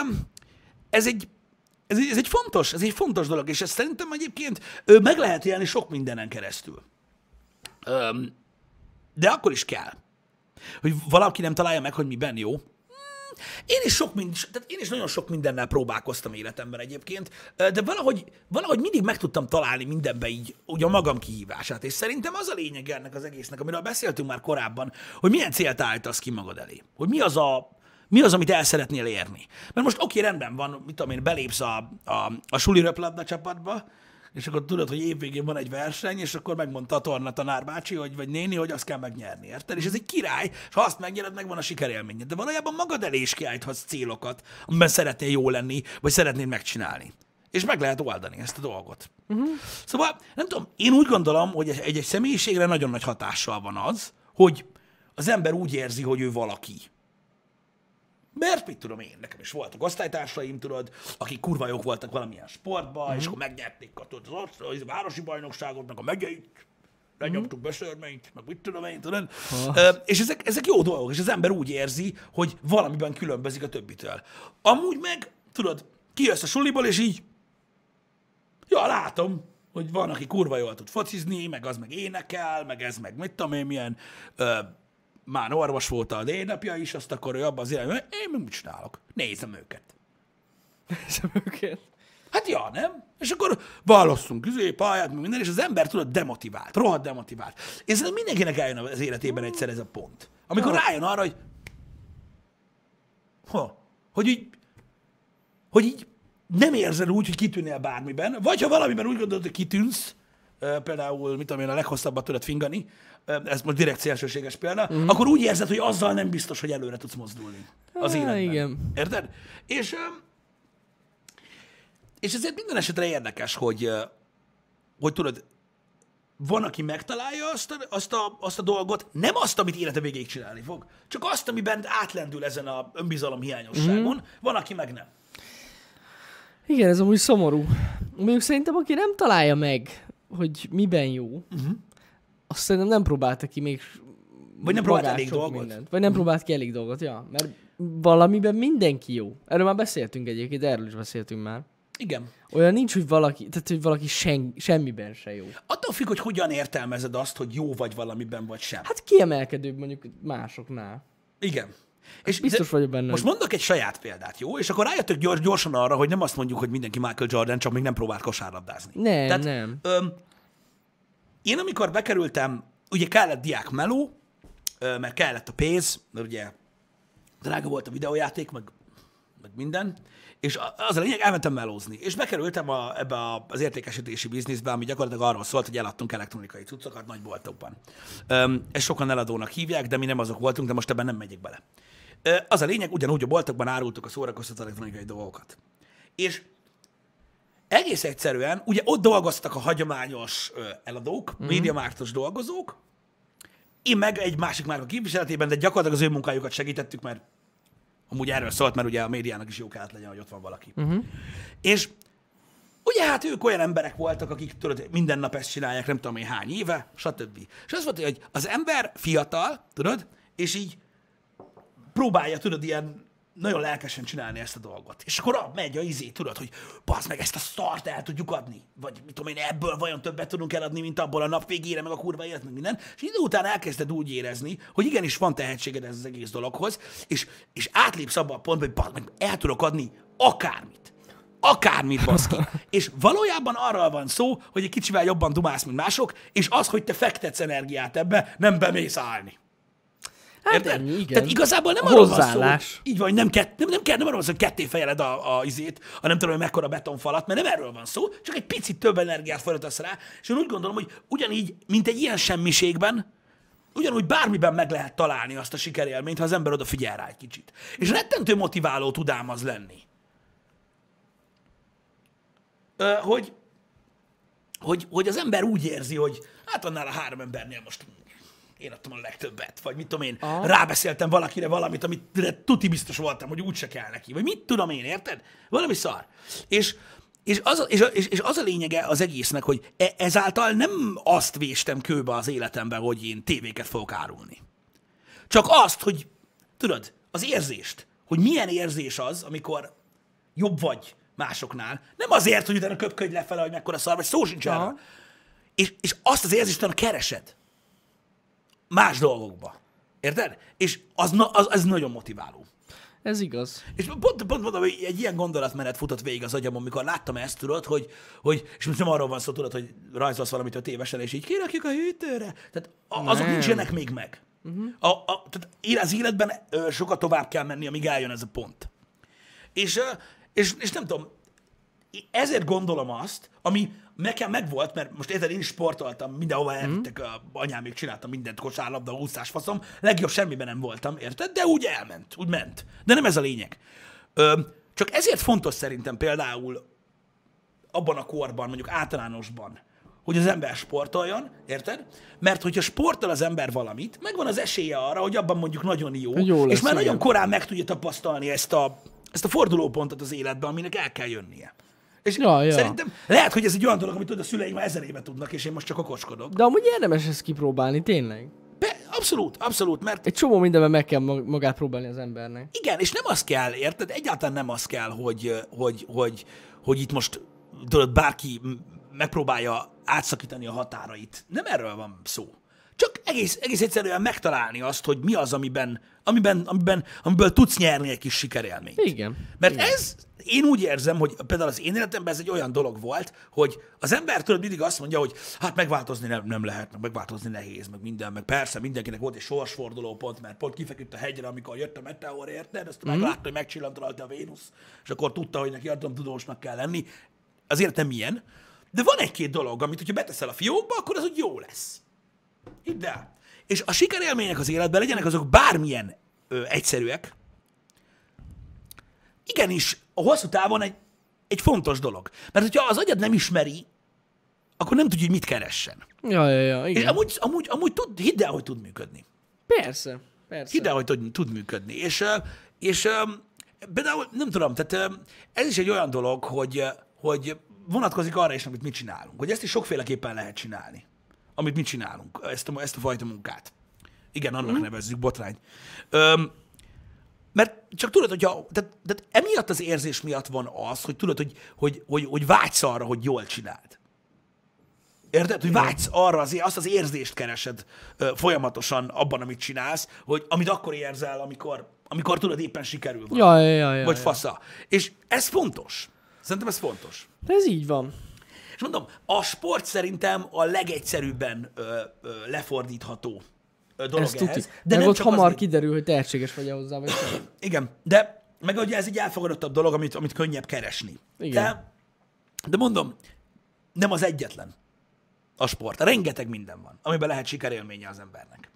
egy fontos dolog, és ezt szerintem egyébként meg lehet élni sok mindenen keresztül. De akkor is kell, hogy valaki nem találja meg, hogy miben jó. Én is nagyon sok mindennel próbálkoztam életemben egyébként, de valahogy mindig meg tudtam találni mindenbe így ugye a magam kihívását, és szerintem az a lényeg ennek az egésznek, amiről beszéltünk már korábban, hogy milyen célt állítasz ki magad elé. Hogy mi az, amit el szeretnél érni. Mert most oké, rendben van, mit tudom én, belépsz a suli röplabda csapatba, és akkor tudod, hogy évvégén van egy verseny, és akkor megmondta a tornatanár bácsi, vagy néni, hogy azt kell megnyerni, érted? És ez egy király, és ha azt megnyered, megvan a sikerélményed. De valójában magad elé is kiállíthatsz célokat, amiben szeretnél jó lenni, vagy szeretnél megcsinálni. És meg lehet oldani ezt a dolgot. Szóval, nem tudom, én úgy gondolom, hogy egy személyiségre nagyon nagy hatással van az, hogy az ember úgy érzi, hogy ő valaki. Mert mit tudom én, nekem is voltak osztálytársaim, tudod, akik kurva jók voltak valamilyen sportban, és akkor megnyerték a városi bajnokságot, meg a megyeit, lenyomtuk beszörményt, meg mit tudom én, tudod. És ezek jó dolgok, és az ember úgy érzi, hogy valamiben különbözik a többitől. Amúgy meg, tudod, kijössz a suliból, és így, ja, látom, hogy van, aki kurva jól tud focizni, meg az meg énekel, meg ez meg mit tudom én, milyen már orvos volt a dédapja is, azt akkor ő abban az irányban, én meg mit csinálok? Nézem őket. Hát ja, nem? És akkor válasszunk pályát, meg minden, és az ember, tudod, demotivált, rohadt demotivált. És szerintem mindenkinek eljön az életében egyszer ez a pont. Amikor rájön arra, hogy így nem érzed úgy, hogy kitűnnél bármiben, vagy ha valamiben úgy gondolod, hogy kitűnsz, például, mit tudom én, a leghosszabbat tudod fingani, ez most direkt szélsőséges példa, akkor úgy érzed, hogy azzal nem biztos, hogy előre tudsz mozdulni az életben. Igen. Érted? És ezért minden esetre érdekes, hogy tudod, van, aki megtalálja azt a dolgot, nem azt, amit élete végéig csinálni fog, csak azt, amiben átlendül ezen a önbizalom hiányosságon, van, aki meg nem. Igen, ez amúgy szomorú. Mondjuk szerintem, aki nem találja meg, hogy miben jó, azt szerintem nem próbálta ki még vagy nem próbált elég dolgot. Mindent. Vagy nem próbált ki elég dolgot, ja. Mert valamiben mindenki jó. Erről már beszéltünk egyébként, erről is beszéltünk már. Igen. Olyan nincs, hogy valaki semmiben se jó. Attól függ, hogy hogyan értelmezed azt, hogy jó vagy valamiben, vagy sem. Hát kiemelkedőbb mondjuk másoknál. Igen. És biztos vagyok benne. Most mondok egy saját példát, jó? És akkor rájöttök gyorsan arra, hogy nem azt mondjuk, hogy mindenki Michael Jordan, csak még nem próbált kosárlabdázni. Nem. Én amikor bekerültem, ugye kellett diák meló, mert kellett a pénz, mert ugye drága volt a videójáték, meg minden, és az a lényeg, elmentem melózni, és bekerültem ebbe az értékesítési bizniszbe, ami gyakorlatilag arról szólt, hogy eladtunk elektronikai cuccokat nagy boltokban. Ezt sokan eladónak hívják, de mi nem azok voltunk, de most ebben nem megyek bele. Az a lényeg, ugyanúgy a boltokban árultuk a szórakoztató elektronikai dolgokat. És egész egyszerűen, ugye ott dolgoztak a hagyományos eladók, médiamárktos dolgozók, én meg egy másik márka képviseletében, de gyakorlatilag az ő munkájukat segítettük, mert amúgy erről szólt, mert ugye a médiának is jó kellett legyen, hogy ott van valaki. És ugye hát ők olyan emberek voltak, akik tudod, minden nap ezt csinálják, nem tudom én hány éve, stb. És az volt, hogy az ember fiatal, tudod, és így próbálja, tudod, ilyen nagyon lelkesen csinálni ezt a dolgot. És akkor megy a tudod, hogy bazd meg, ezt a szart el tudjuk adni. Vagy mit tudom én, ebből vajon többet tudunk eladni, mint abból a nap végére, meg a kurva élet, meg minden. És idő után elkezded úgy érezni, hogy igenis van tehetséged ez az egész dologhoz, és átlépsz abba a pontba, hogy bazd meg, el tudok adni akármit. Akármit, baszki. És valójában arról van szó, hogy egy kicsivel jobban dumálsz, mint mások, és az, hogy te fektetsz energiát ebbe, nem bemész állni. Hát ennyi, igen. Tehát igazából nem arról van szó, így van, nem arról van szó, hogy ketté fejeled a izét, a nem tudom, hogy mekkora betonfalat, mert nem erről van szó, csak egy picit több energiát fordítasz rá, és én úgy gondolom, hogy ugyanígy, mint egy ilyen semmiségben, ugyanúgy bármiben meg lehet találni azt a sikerélményt, ha az ember odafigyel rá egy kicsit. És rettentő motiváló tud ám az lenni. Hogy az ember úgy érzi, hogy hát annál a 3 embernél most én adtam a legtöbbet, vagy mit tudom én, rábeszéltem valakire valamit, amit tuti biztos voltam, hogy úgyse kell neki, vagy mit tudom én, érted? Valami szar. És az a lényege az egésznek, hogy ezáltal nem azt véstem kőbe az életemben, hogy én tévéket fogok árulni. Csak azt, hogy tudod, az érzést, hogy milyen érzés az, amikor jobb vagy másoknál. Nem azért, hogy utána köpködj lefele, hogy mekkora szar, vagy szó sincs erről. És azt az érzést utána keresed. Más dolgokba. Érted? És az nagyon motiváló. Ez igaz. És pont mondom, hogy egy ilyen gondolatmenet futott végig az agyamon, amikor láttam ezt, tudod, hogy és most nem arról van szó, tudod, hogy rajzolsz valamit 5 évesen, és így kirakjuk a hűtőre. Tehát azok nincsenek még meg. Tehát az életben sokkal tovább kell menni, amíg eljön ez a pont. És nem tudom, ezért gondolom azt, ami nekem megvolt, mert most érted, én is sportoltam, mindenhova elvittek, anyám még csináltam mindent, kosárlabda, úszás, faszom, legjobb semmiben nem voltam, érted? De úgy elment, úgy ment. De nem ez a lényeg. Csak ezért fontos szerintem például abban a korban, mondjuk általánosban, hogy az ember sportoljon, érted? Mert hogyha sportol az ember valamit, megvan az esélye arra, hogy abban mondjuk nagyon jó lesz, és már nagyon korán meg tudja tapasztalni ezt a fordulópontot az életben, aminek el kell jönnie. És szerintem lehet, hogy ez egy olyan dolog, amit tudod, a szüleim már 1000 éve tudnak, és én most csak okoskodok. De amúgy érdemes ezt kipróbálni, tényleg. Abszolút, mert... Egy csomó mindenben meg kell magát próbálni az embernek. Igen, és nem az kell, érted? Egyáltalán nem az kell, hogy itt most tudod, bárki megpróbálja átszakítani a határait. Nem erről van szó. Csak egész egyszerűen megtalálni azt, hogy mi az, amiből tudsz nyerni egy kis sikerélményt. Igen. Mert igen. Én úgy érzem, hogy például az én életemben ez egy olyan dolog volt, hogy az ember tudod mindig azt mondja, hogy hát megváltozni nem lehet, meg megváltozni nehéz, meg minden, meg persze mindenkinek volt egy sorsforduló pont, mert pont kifeküdt a hegyre, amikor jött a meteor, érted? Ezt meglátta, hogy megcsillant rajta a Vénusz, és akkor tudta, hogy neki atomtudósnak kell lenni. Az életem ilyen. De van egy-két dolog, amit hogyha beteszel a fiókba, akkor az úgy jó lesz. Hidd el. És a sikerélmények az életben legyenek azok bármilyen egyszerűek, igenis a hosszú távon egy fontos dolog. Mert hogyha az agyad nem ismeri, akkor nem tudja, hogy mit keressen. Ja, igen. És amúgy hidd el, hogy tud működni. Persze. Hidd el, hogy tud működni. És például, nem tudom, tehát ez is egy olyan dolog, hogy vonatkozik arra is, amit mi csinálunk. Hogy ezt is sokféleképpen lehet csinálni. Amit mi csinálunk, ezt a fajta munkát. Igen, annak nevezzük, botrány. Mert csak tudod, tehát emiatt az érzés miatt van az, hogy tudod, hogy vágysz arra, hogy jól csináld. Érted? Hogy vágysz arra, azt az érzést keresed folyamatosan abban, amit csinálsz, hogy amit akkor érzel, amikor tudod, éppen sikerül van. Vagy fasza. És ez fontos. Szerintem ez fontos. De ez így van. És mondom, a sport szerintem a legegyszerűbben lefordítható dolog ez ehhez. De meg ott hamar kiderül, hogy tehetséges vagy hozzá, vagy sem. Igen, de meg ugye ez egy elfogadottabb dolog, amit könnyebb keresni. Igen. De mondom, nem az egyetlen a sport. Rengeteg minden van, amiben lehet sikerélménye az embernek.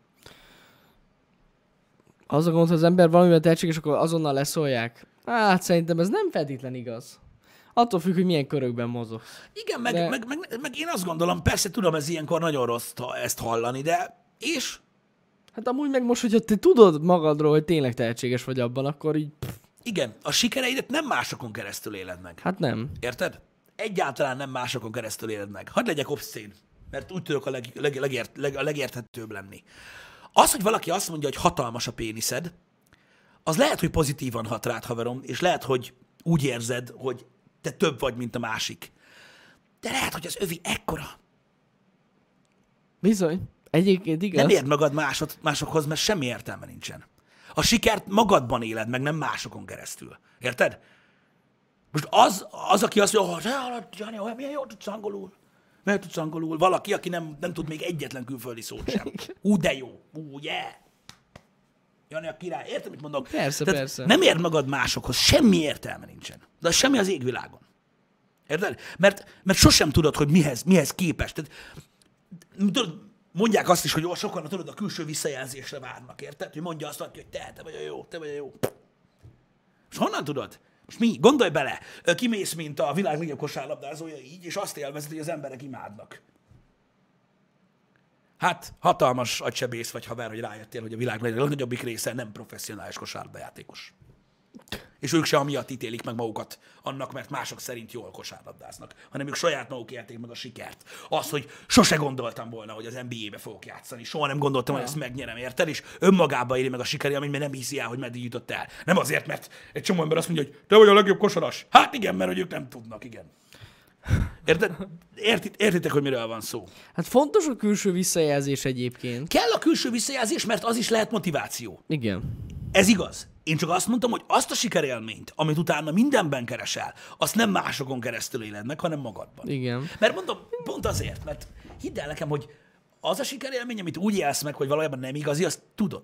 Az a gond, hogy az ember valamivel tehetséges, akkor azonnal leszólják. Hát szerintem ez nem feltétlen igaz. Attól függ, hogy milyen körökben mozogsz. Igen, De- meg én azt gondolom, persze tudom, ez ilyenkor nagyon rossz ezt hallani, de és Hát amúgy meg most, hogyha te tudod magadról, hogy tényleg tehetséges vagy abban, akkor így... igen, a sikereidet nem másokon keresztül éled meg. Hát nem. Érted? Egyáltalán nem másokon keresztül éled meg. Hadd legyek obszcén, mert úgy tudok a legérthetőbb lenni. Az, hogy valaki azt mondja, hogy hatalmas a péniszed, az lehet, hogy pozitívan hat rád, haverom, és lehet, hogy úgy érzed, hogy te több vagy, mint a másik. De lehet, hogy az övi ekkora. Bizony. Egyébként igaz. Nem érd magad másokhoz, mert semmi értelme nincsen. A sikert magadban éled meg, nem másokon keresztül. Érted? Most az aki azt mondja, hogy Jani, milyen jól tudsz angolul. Milyen tudsz angolul. Valaki, aki nem tud még egyetlen külföldi szót sem. De jó. Yeah. Jani a király. Érted, mit mondok? Persze, Tehát persze. nem érd magad másokhoz. Semmi értelme nincsen. De az semmi az égvilágon. Érted? Mert sosem tudod, hogy mihez képes. Tehát, tudod, mondják azt is, hogy sokan tudod, a külső visszajelzésre várnak, érted? Hogy mondja azt, hogy te vagy a jó, te vagy a jó. És honnan tudod? Most mi? Gondolj bele, kimész, mint a világ legjobb kosárlabdázója így, és azt élvezed, hogy az emberek imádnak. Hát, hatalmas agysebész vagy haver, hogy rájöttél, hogy a világ legnagyobbik része nem professzionális kosárlabdajátékos. És ők se amiatt ítélik meg magukat annak, mert mások szerint jól kosárlabdáznak, hanem ők saját maguk élték meg a sikert. Az, hogy sose gondoltam volna, hogy az NBA-be fogok játszani, soha nem gondoltam, hogy ezt megnyerem, érted? És önmagába éli meg a sikerélményt, mert nem hiszi el, hogy meddig jutott el. Nem azért, mert egy csomó ember azt mondja, hogy te vagy a legjobb kosaras. Hát igen, mert hogy ők nem tudnak, igen. Érted? Értitek, hogy miről van szó? Hát fontos a külső visszajelzés egyébként. Kell a külső visszajelzés, mert az is lehet motiváció. Igen. Ez igaz. Én csak azt mondtam, hogy azt a sikerélményt, amit utána mindenben keresel, azt nem másokon keresztül éled meg, hanem magadban. Igen. Mert mondom, pont azért, mert hidd el nekem, hogy az a sikerélmény, amit úgy élsz meg, hogy valójában nem igazi, azt tudod.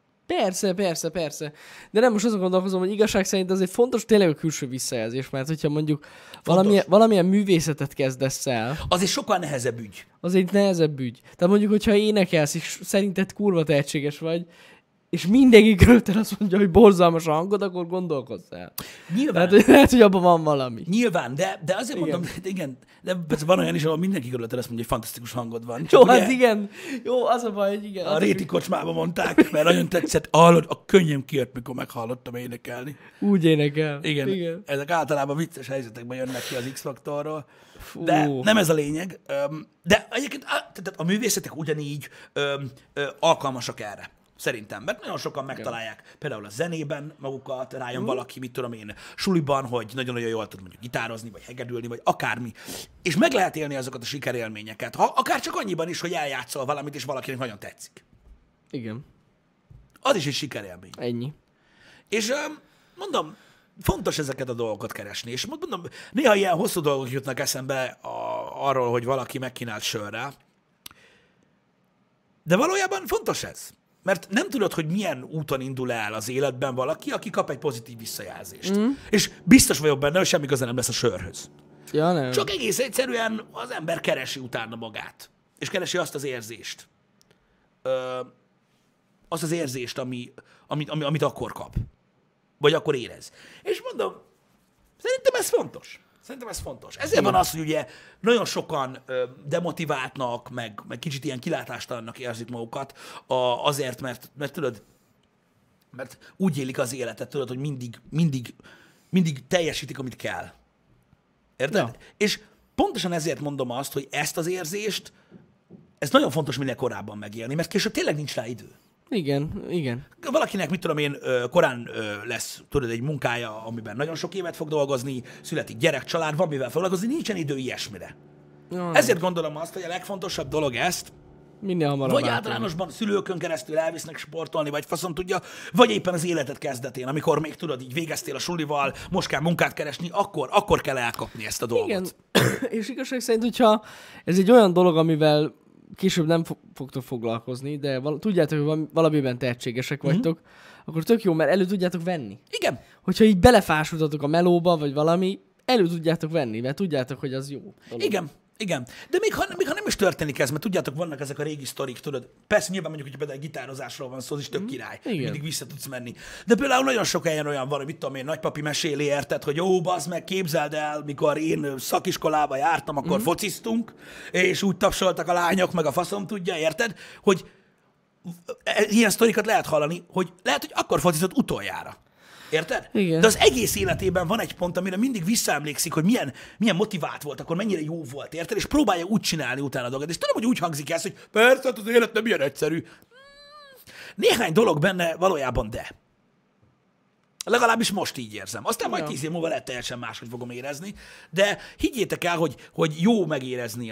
Persze. De nem most azon gondolkozom, hogy igazság szerint azért fontos tényleg a külső visszajelzés, mert hogyha mondjuk valamilyen művészetet kezdesz el, Az egy sokkal nehezebb ügy. az egy nehezebb ügy. Tehát mondjuk, hogyha énekelsz, és szerinted kurva tehetséges vagy, és mindenki körülötted azt mondja, hogy borzalmas a hangod, akkor gondolkozz el. Nyilván, Lehet, hogy abban van valami. nyilván, de azért mondom, igen, de van olyan is, ahol mindenki körülötted azt mondja, hogy fantasztikus hangod van. Jó, ugye hát igen. Jó, az a baj, hogy igen. A réti kocsmában mondták, mert nagyon tetszett, hallod, a könnyem kijött, mikor meghallottam énekelni. Úgy énekel. Igen. Ezek általában vicces helyzetekben jönnek ki az X-faktorról. De nem ez a lényeg. De egyébként tehát a művészetek ugyanígy alkalmasak erre. Szerintem, mert nagyon sokan megtalálják például a zenében magukat, rájön valaki, mit tudom én, suliban, hogy nagyon-nagyon jól tud mondjuk gitározni, vagy hegedülni, vagy akármi. És meg lehet élni azokat a sikerélményeket. Akár csak annyiban is, hogy eljátszol valamit, és valakinek nagyon tetszik. Igen. Az is egy sikerélmény. Ennyi. És mondom, fontos ezeket a dolgokat keresni. És mondom, néha ilyen hosszú dolgok jutnak eszembe arról, hogy valaki megkínált sörrel. De valójában fontos ez. Mert nem tudod, hogy milyen úton indul el az életben valaki, aki kap egy pozitív visszajelzést. És biztos vagyok benne, hogy semmi köze nem lesz a sörhöz. Ja, nem. Csak egész egyszerűen az ember keresi utána magát. És keresi azt az érzést. Azt az érzést, amit akkor kap. Vagy akkor érez. És mondom, szerintem ez fontos. Ezért van az, hogy ugye nagyon sokan demotiváltnak, meg kicsit ilyen kilátástalannak érzik magukat, azért, mert tudod, mert úgy élik az életet, tudod, hogy mindig teljesítik, amit kell. Érted? Ja. És pontosan ezért mondom azt, hogy ezt az érzést, ez nagyon fontos minél korábban megélni, mert később tényleg nincs rá idő. Igen. Valakinek, mit tudom én, korán lesz, tudod, egy munkája, amiben nagyon sok évet fog dolgozni, születik gyerek, család, van mivel foglalkozni, nincsen idő ilyesmire. Ja, Ezért gondolom azt, hogy a legfontosabb dolog ezt, minél hamarabb vagy átadni. általánosban szülőkön keresztül elvisznek sportolni, vagy faszom tudja, vagy éppen az életed kezdetén, amikor még tudod, így végeztél a sulival, most kell munkát keresni, akkor kell elkapni ezt a dolgot. Igen. És igazság szerint, hogyha ez egy olyan dolog, amivel később nem fogtok foglalkozni, de tudjátok, hogy valamiben tehetségesek vagytok, akkor tök jó, mert elő tudjátok venni. Igen. Hogyha így belefásultatok a melóba, vagy valami, elő tudjátok venni, mert tudjátok, hogy az jó dolog. Igen. Igen. De még ha nem is történik ez, mert tudjátok, vannak ezek a régi sztorik, tudod. Persze nyilván mondjuk, hogy például gitározásról van szó, az is tök király. Igen. Mindig vissza tudsz menni. De például nagyon sok helyen olyan van, hogy mit tudom én, nagypapi meséli, érted, hogy ó, bazd meg, képzeld el, mikor én szakiskolába jártam, akkor fociztunk, és úgy tapsoltak a lányok, meg a faszom tudja, érted, hogy ilyen sztorikat lehet hallani, hogy lehet, hogy akkor focizott utoljára. Érted? Igen. De az egész életében van egy pont, amire mindig visszaemlékszik, hogy milyen motivált volt, akkor mennyire jó volt, érted? És próbálja úgy csinálni utána a dolgot. És tudom, hogy úgy hangzik ez, hogy persze, hát az élet nem ilyen egyszerű. Néhány dolog benne valójában de. Legalábbis most így érzem. Aztán majd 10 év múlva lehet teljesen máshogy fogom érezni, de higgyétek el, hogy jó megérezni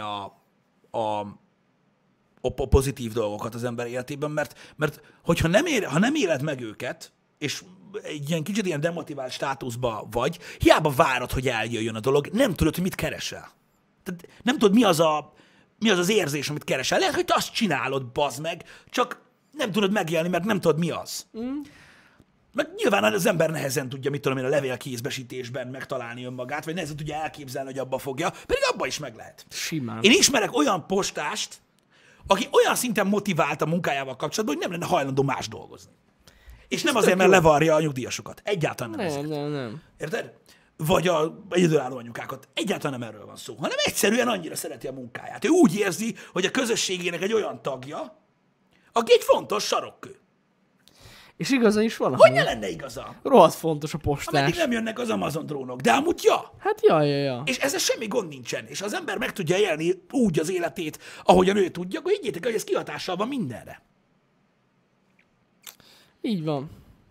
a pozitív dolgokat az ember életében, mert hogyha ha nem éled meg őket, és egy ilyen kicsit ilyen demotivált státuszba vagy, hiába várod, hogy eljöjjön a dolog, nem tudod, hogy mit keresel. Tehát nem tudod, mi az az érzés, amit keresel. Lehet, hogy te azt csinálod, bazd meg, csak nem tudod megélni, mert nem tudod, mi az. Meg nyilván az ember nehezen tudja, mit tudom én, a levélkézbesítésben megtalálni önmagát, vagy nehezen tudja elképzelni, hogy abba fogja, pedig abba is meg lehet. Simán. Én ismerek olyan postást, aki olyan szinten motivált a munkájával kapcsolatban, hogy nem lenne hajlandó más dolgozni. És nem azért, mert levarja a nyugdíjasokat. Egyáltalán nem ezért. Nem. Érted? Vagy a egyedülálló anyukákat. Egyáltalán nem erről van szó, hanem egyszerűen annyira szereti a munkáját. Ő úgy érzi, hogy a közösségének egy olyan tagja, aki egy fontos sarokkő. És igaza is van. Hogy ne lenne igaza? Rohadt fontos a postás. Ameddig nem jönnek az Amazon drónok. De amúgy ja. Hát ja. És ezzel semmi gond nincsen. És ha az ember meg tudja élni úgy az életét, ahogyan ő tudja, akkor higgyétek, hogy ez kihatással van mindenre. Így van.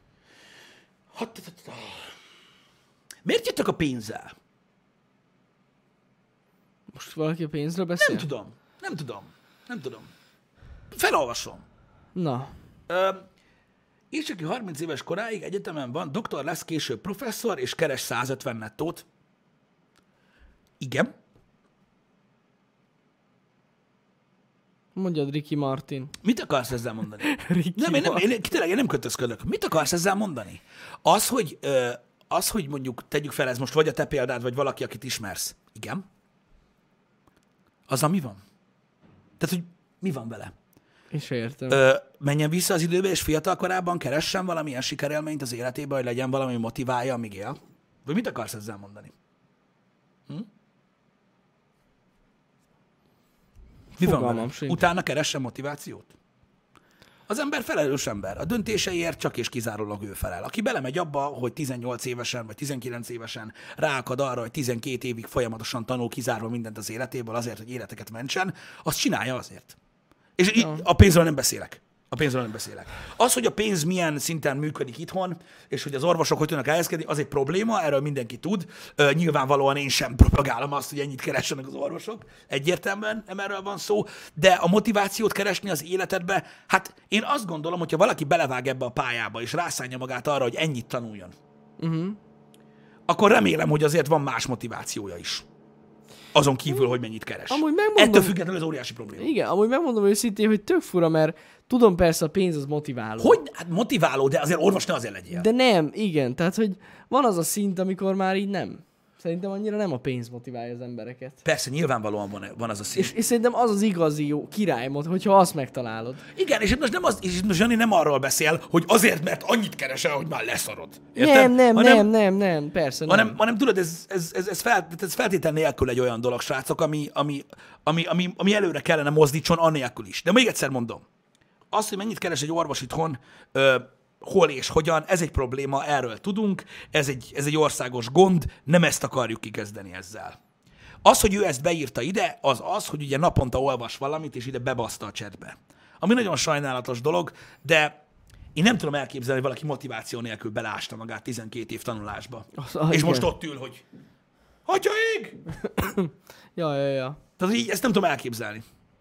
Miért jöttek a pénzzel? Most valaki a pénzről beszél? Nem tudom. Felolvasom. Na. És aki 30 éves koráig egyetemen van, doktor lesz, később professzor, és keres 150 nettót. Igen. Mondjad, Ricky Martin. Mit akarsz ezzel mondani? Ricky Én nem kötözködök. Mit akarsz ezzel mondani? Az, hogy mondjuk tegyük fel, ez most vagy a te példád, vagy valaki, akit ismersz. Igen. Azzal mi van? Tehát, hogy mi van vele? Én se értem. Menjen vissza az időbe, és fiatal korában keressen valamilyen sikerélményt az életében, hogy legyen valami motiválja, amíg él? Vagy mit akarsz ezzel mondani? Mi van vele? Utána keressen motivációt? Az ember felelős ember. A döntéseiért csak és kizárólag ő felel. Aki belemegy abba, hogy 18 évesen vagy 19 évesen ráakad arra, hogy 12 évig folyamatosan tanul kizárva mindent az életéből azért, hogy életeket mentsen, azt csinálja azért. És a pénzről nem beszélek. Az, hogy a pénz milyen szinten működik itthon, és hogy az orvosok hogy tudnak elhelyezkedni, az egy probléma, erről mindenki tud. Nyilvánvalóan én sem propagálom azt, hogy ennyit keressenek az orvosok. Egyértelműen nem erről van szó, de a motivációt keresni az életedbe, hát én azt gondolom, hogyha valaki belevág ebbe a pályába, és rászánja magát arra, hogy ennyit tanuljon, akkor remélem, hogy azért van más motivációja is. Azon kívül, hogy mennyit keres. Ettől függetlenül ez óriási probléma. Igen, amúgy megmondom őszintén, hogy tök fura, mert tudom persze a pénz az motiváló. Hogy? Hát motiváló, de azért orvos ne azért legyél. De nem, igen. Tehát, hogy van az a szint, amikor már így nem. Szerintem annyira nem a pénz motiválja az embereket. Persze, nyilvánvalóan van az a szint. És szerintem az az igazi jó királymód, hogyha azt megtalálod. Igen, és itt most Jani nem arról beszél, hogy azért, mert annyit keresel, hogy már leszarod. Érted? Nem, persze nem. Hanem tudod, ez feltétel nélkül egy olyan dolog, srácok, ami előre kellene mozdítson annélkül is. De még egyszer mondom, az, hogy mennyit keres egy orvos itthon, hol és hogyan, ez egy probléma, erről tudunk, ez egy országos gond, nem ezt akarjuk kikezdeni ezzel. Az, hogy ő ezt beírta ide, az, hogy ugye naponta olvas valamit, és ide bebaszta a chatbe. Ami nagyon sajnálatos dolog, de én nem tudom elképzelni, hogy valaki motiváció nélkül belásta magát 12 év tanulásba. És most ott ül, hogy Atyaig! Ja. Tehát így ezt nem tudom elképzelni.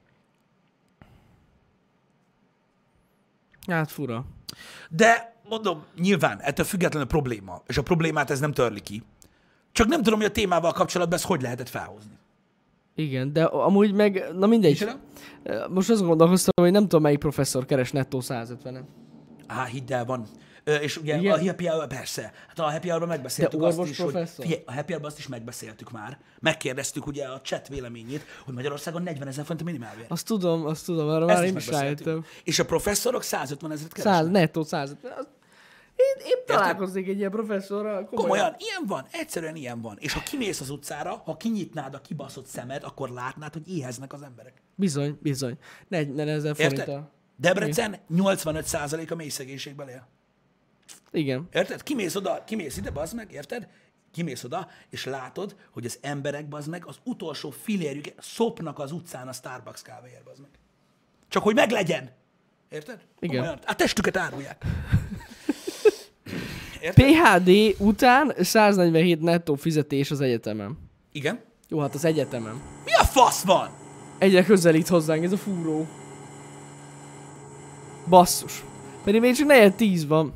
Hát fura. De mondom, nyilván ettől függetlenül probléma, és a problémát ez nem törli ki. Csak nem tudom, hogy a témával kapcsolatban ezt hogy lehetett felhozni. Igen, de amúgy meg, na mindegy. Micsoda? Most azt gondolkoztam, hogy nem tudom, melyik professzor keres nettó 150-en. Hidd el, van. És ugye Igen? a happy hour, persze. Hát a happy hour-ban megbeszéltük De azt orvos is, hogy... professzor? Figyelj, a happy hour-ban azt is megbeszéltük már. Megkérdeztük ugye a chat véleményét, hogy Magyarországon 40 000 forint a minimálbér. Azt tudom, arra Ezt már is én is megbeszéltük. rájöttem. És a professzorok 150 000 keresnek. Nettó 150. Én találkoznék egy ilyen professzorral. Komolyan, ilyen van, egyszerűen ilyen van. És ha kimész az utcára, ha kinyitnád a kibaszott szemed, akkor látnád, hogy éheznek az emberek. Bizony. 40 000 Érted? forinttal. Debrecen 85% a mély szegénységben él. Igen. Érted? Kimész ide, bazd meg, érted? Kimész oda, és látod, hogy az emberek, bazd meg, az utolsó filérjük szopnak az utcán a Starbucks kávéért, bazd meg. Csak hogy meglegyen. Érted? Igen. Komolyan. A testüket árulják. Érted? PhD után 147 nettó fizetés az egyetemen. Igen? Jó, hát az egyetemen. Mi a fasz van? Egyre közelít hozzánk ez a fúró. Basszus. Pedig még csak 4-10 van.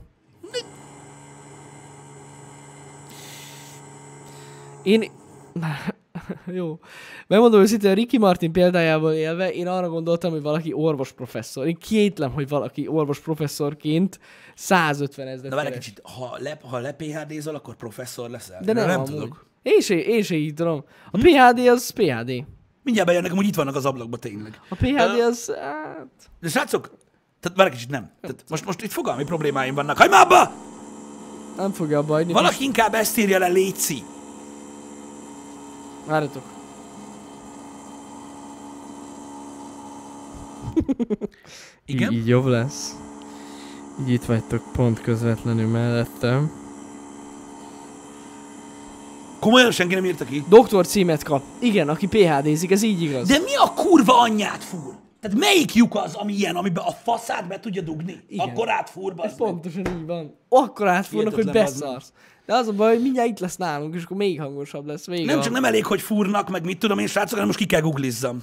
Én... Jó. Megmondom őszintén, a Ricky Martin példájával élve, én arra gondoltam, hogy valaki orvosprofesszor. Én kétlem, hogy valaki orvosprofesszorként 150 000 Na várj egy keres. kicsit, ha le PhD-zol, akkor professzor leszel? De nem amúgy. tudok. Én se így tudom. A PhD az PhD. Mindjárt bejönnek, amúgy itt vannak az ablakban tényleg. A PhD az... Hát... De srácok, tehát várj egy kicsit, nem. Tehát most itt fogalmi problémáim vannak. Hagyd már abba! Nem fogja abba hagyni. Valaki inkább ezt írja le, léci. Várjatok. Igen? Így jobb lesz. Így itt vagytok pont közvetlenül mellettem. Komolyan senki nem írta ki? Doktor címet kap. Igen, aki PhD-zik, ez így igaz. De mi a kurva anyját fúr? Tehát melyik lyuk az, ami ilyen, amiben a faszát be tudja dugni? Igen. Akkor átfúr, Ez bazd meg. pontosan így van. Akkor átfúrnak, hogy Hihetetlen, bazd beszarsz. De az a baj, hogy mindjárt itt lesz nálunk, és akkor még hangosabb lesz. Még Nem csak nem elég, hogy fúrnak, meg mit tudom én, srácok, hanem most ki kell googlizzam.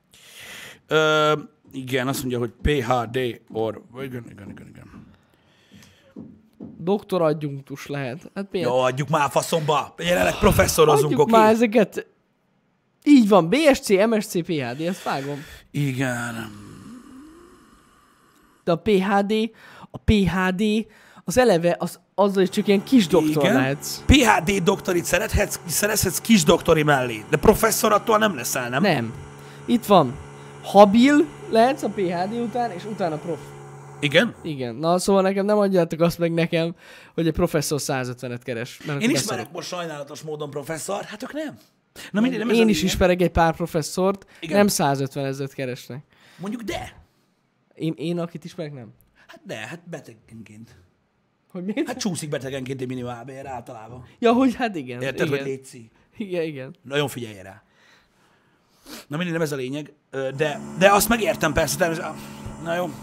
Igen, azt mondja, hogy PhD or... Igen. Doktor adjunktus lehet. Hát Jó, adjuk már faszomba. Jelenleg professzorozunk, adjuk oké? már ezeket. Így van, BSc, MSc, PhD, ezt vágom. Igen. De a PhD, az eleve, azzal is csak ilyen kis doktor Igen. lehetsz. PhD doktorit szerezhetsz kis doktori mellé, de professzor attól nem leszel, nem? Nem. Itt van. Habil lehetsz a PhD után, és utána prof. Igen? Igen. Na, szóval nekem nem adjátok azt meg nekem, hogy egy professzor 150-et keres. Mert Én akkor ismerek beszarok. most sajnálatos módon professzor, hát ők nem. Na mindegy, nem ez Én a is lényeg. ismerek egy pár professzort, Igen. nem 150 000 keresnek. Mondjuk de. Én akit ismerek, nem. Hát betegenként. Hogy miért? Hát csúszik betegenként egy minimálbér általában. Ja, hogy hát igen. Érted, igen. hogy létszik? Igen. Nagyon figyelj rá. Na mindegy, nem ez a lényeg, de azt megértem persze, természetesen. Na jó.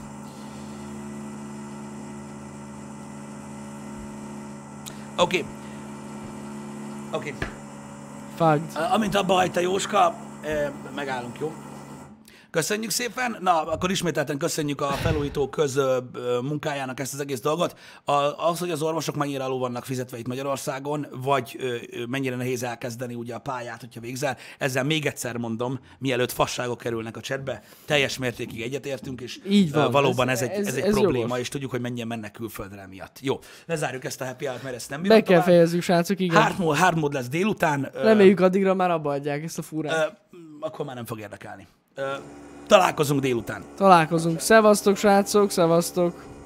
Oké. Fagd. Amint abba hagyta Jóska, megállunk, jó? Köszönjük szépen. Na, akkor ismételten köszönjük a felújító köz munkájának ezt az egész dolgot. Az, hogy az orvosok mennyire alul vannak fizetve itt Magyarországon, vagy mennyire nehéz elkezdeni ugye a pályát, hogyha végzel. Ezzel még egyszer mondom, mielőtt fasságok kerülnek a chatbe, teljes mértékig egyetértünk, és Így van. valóban ez egy probléma, jogos. és tudjuk, hogy mennyien mennek külföldre miatt. Jó, lezárjuk ezt a happy hour-t, mert ezt nem Be bírom kell tovább. fejezzük, srácok, igen. Hard mode lesz délután. Reméljük addigra már abba adják ezt a fúrát. Akkor már nem fog érdekelni. Találkozunk délután. Találkozunk. Szevasztok, srácok, szevasztok.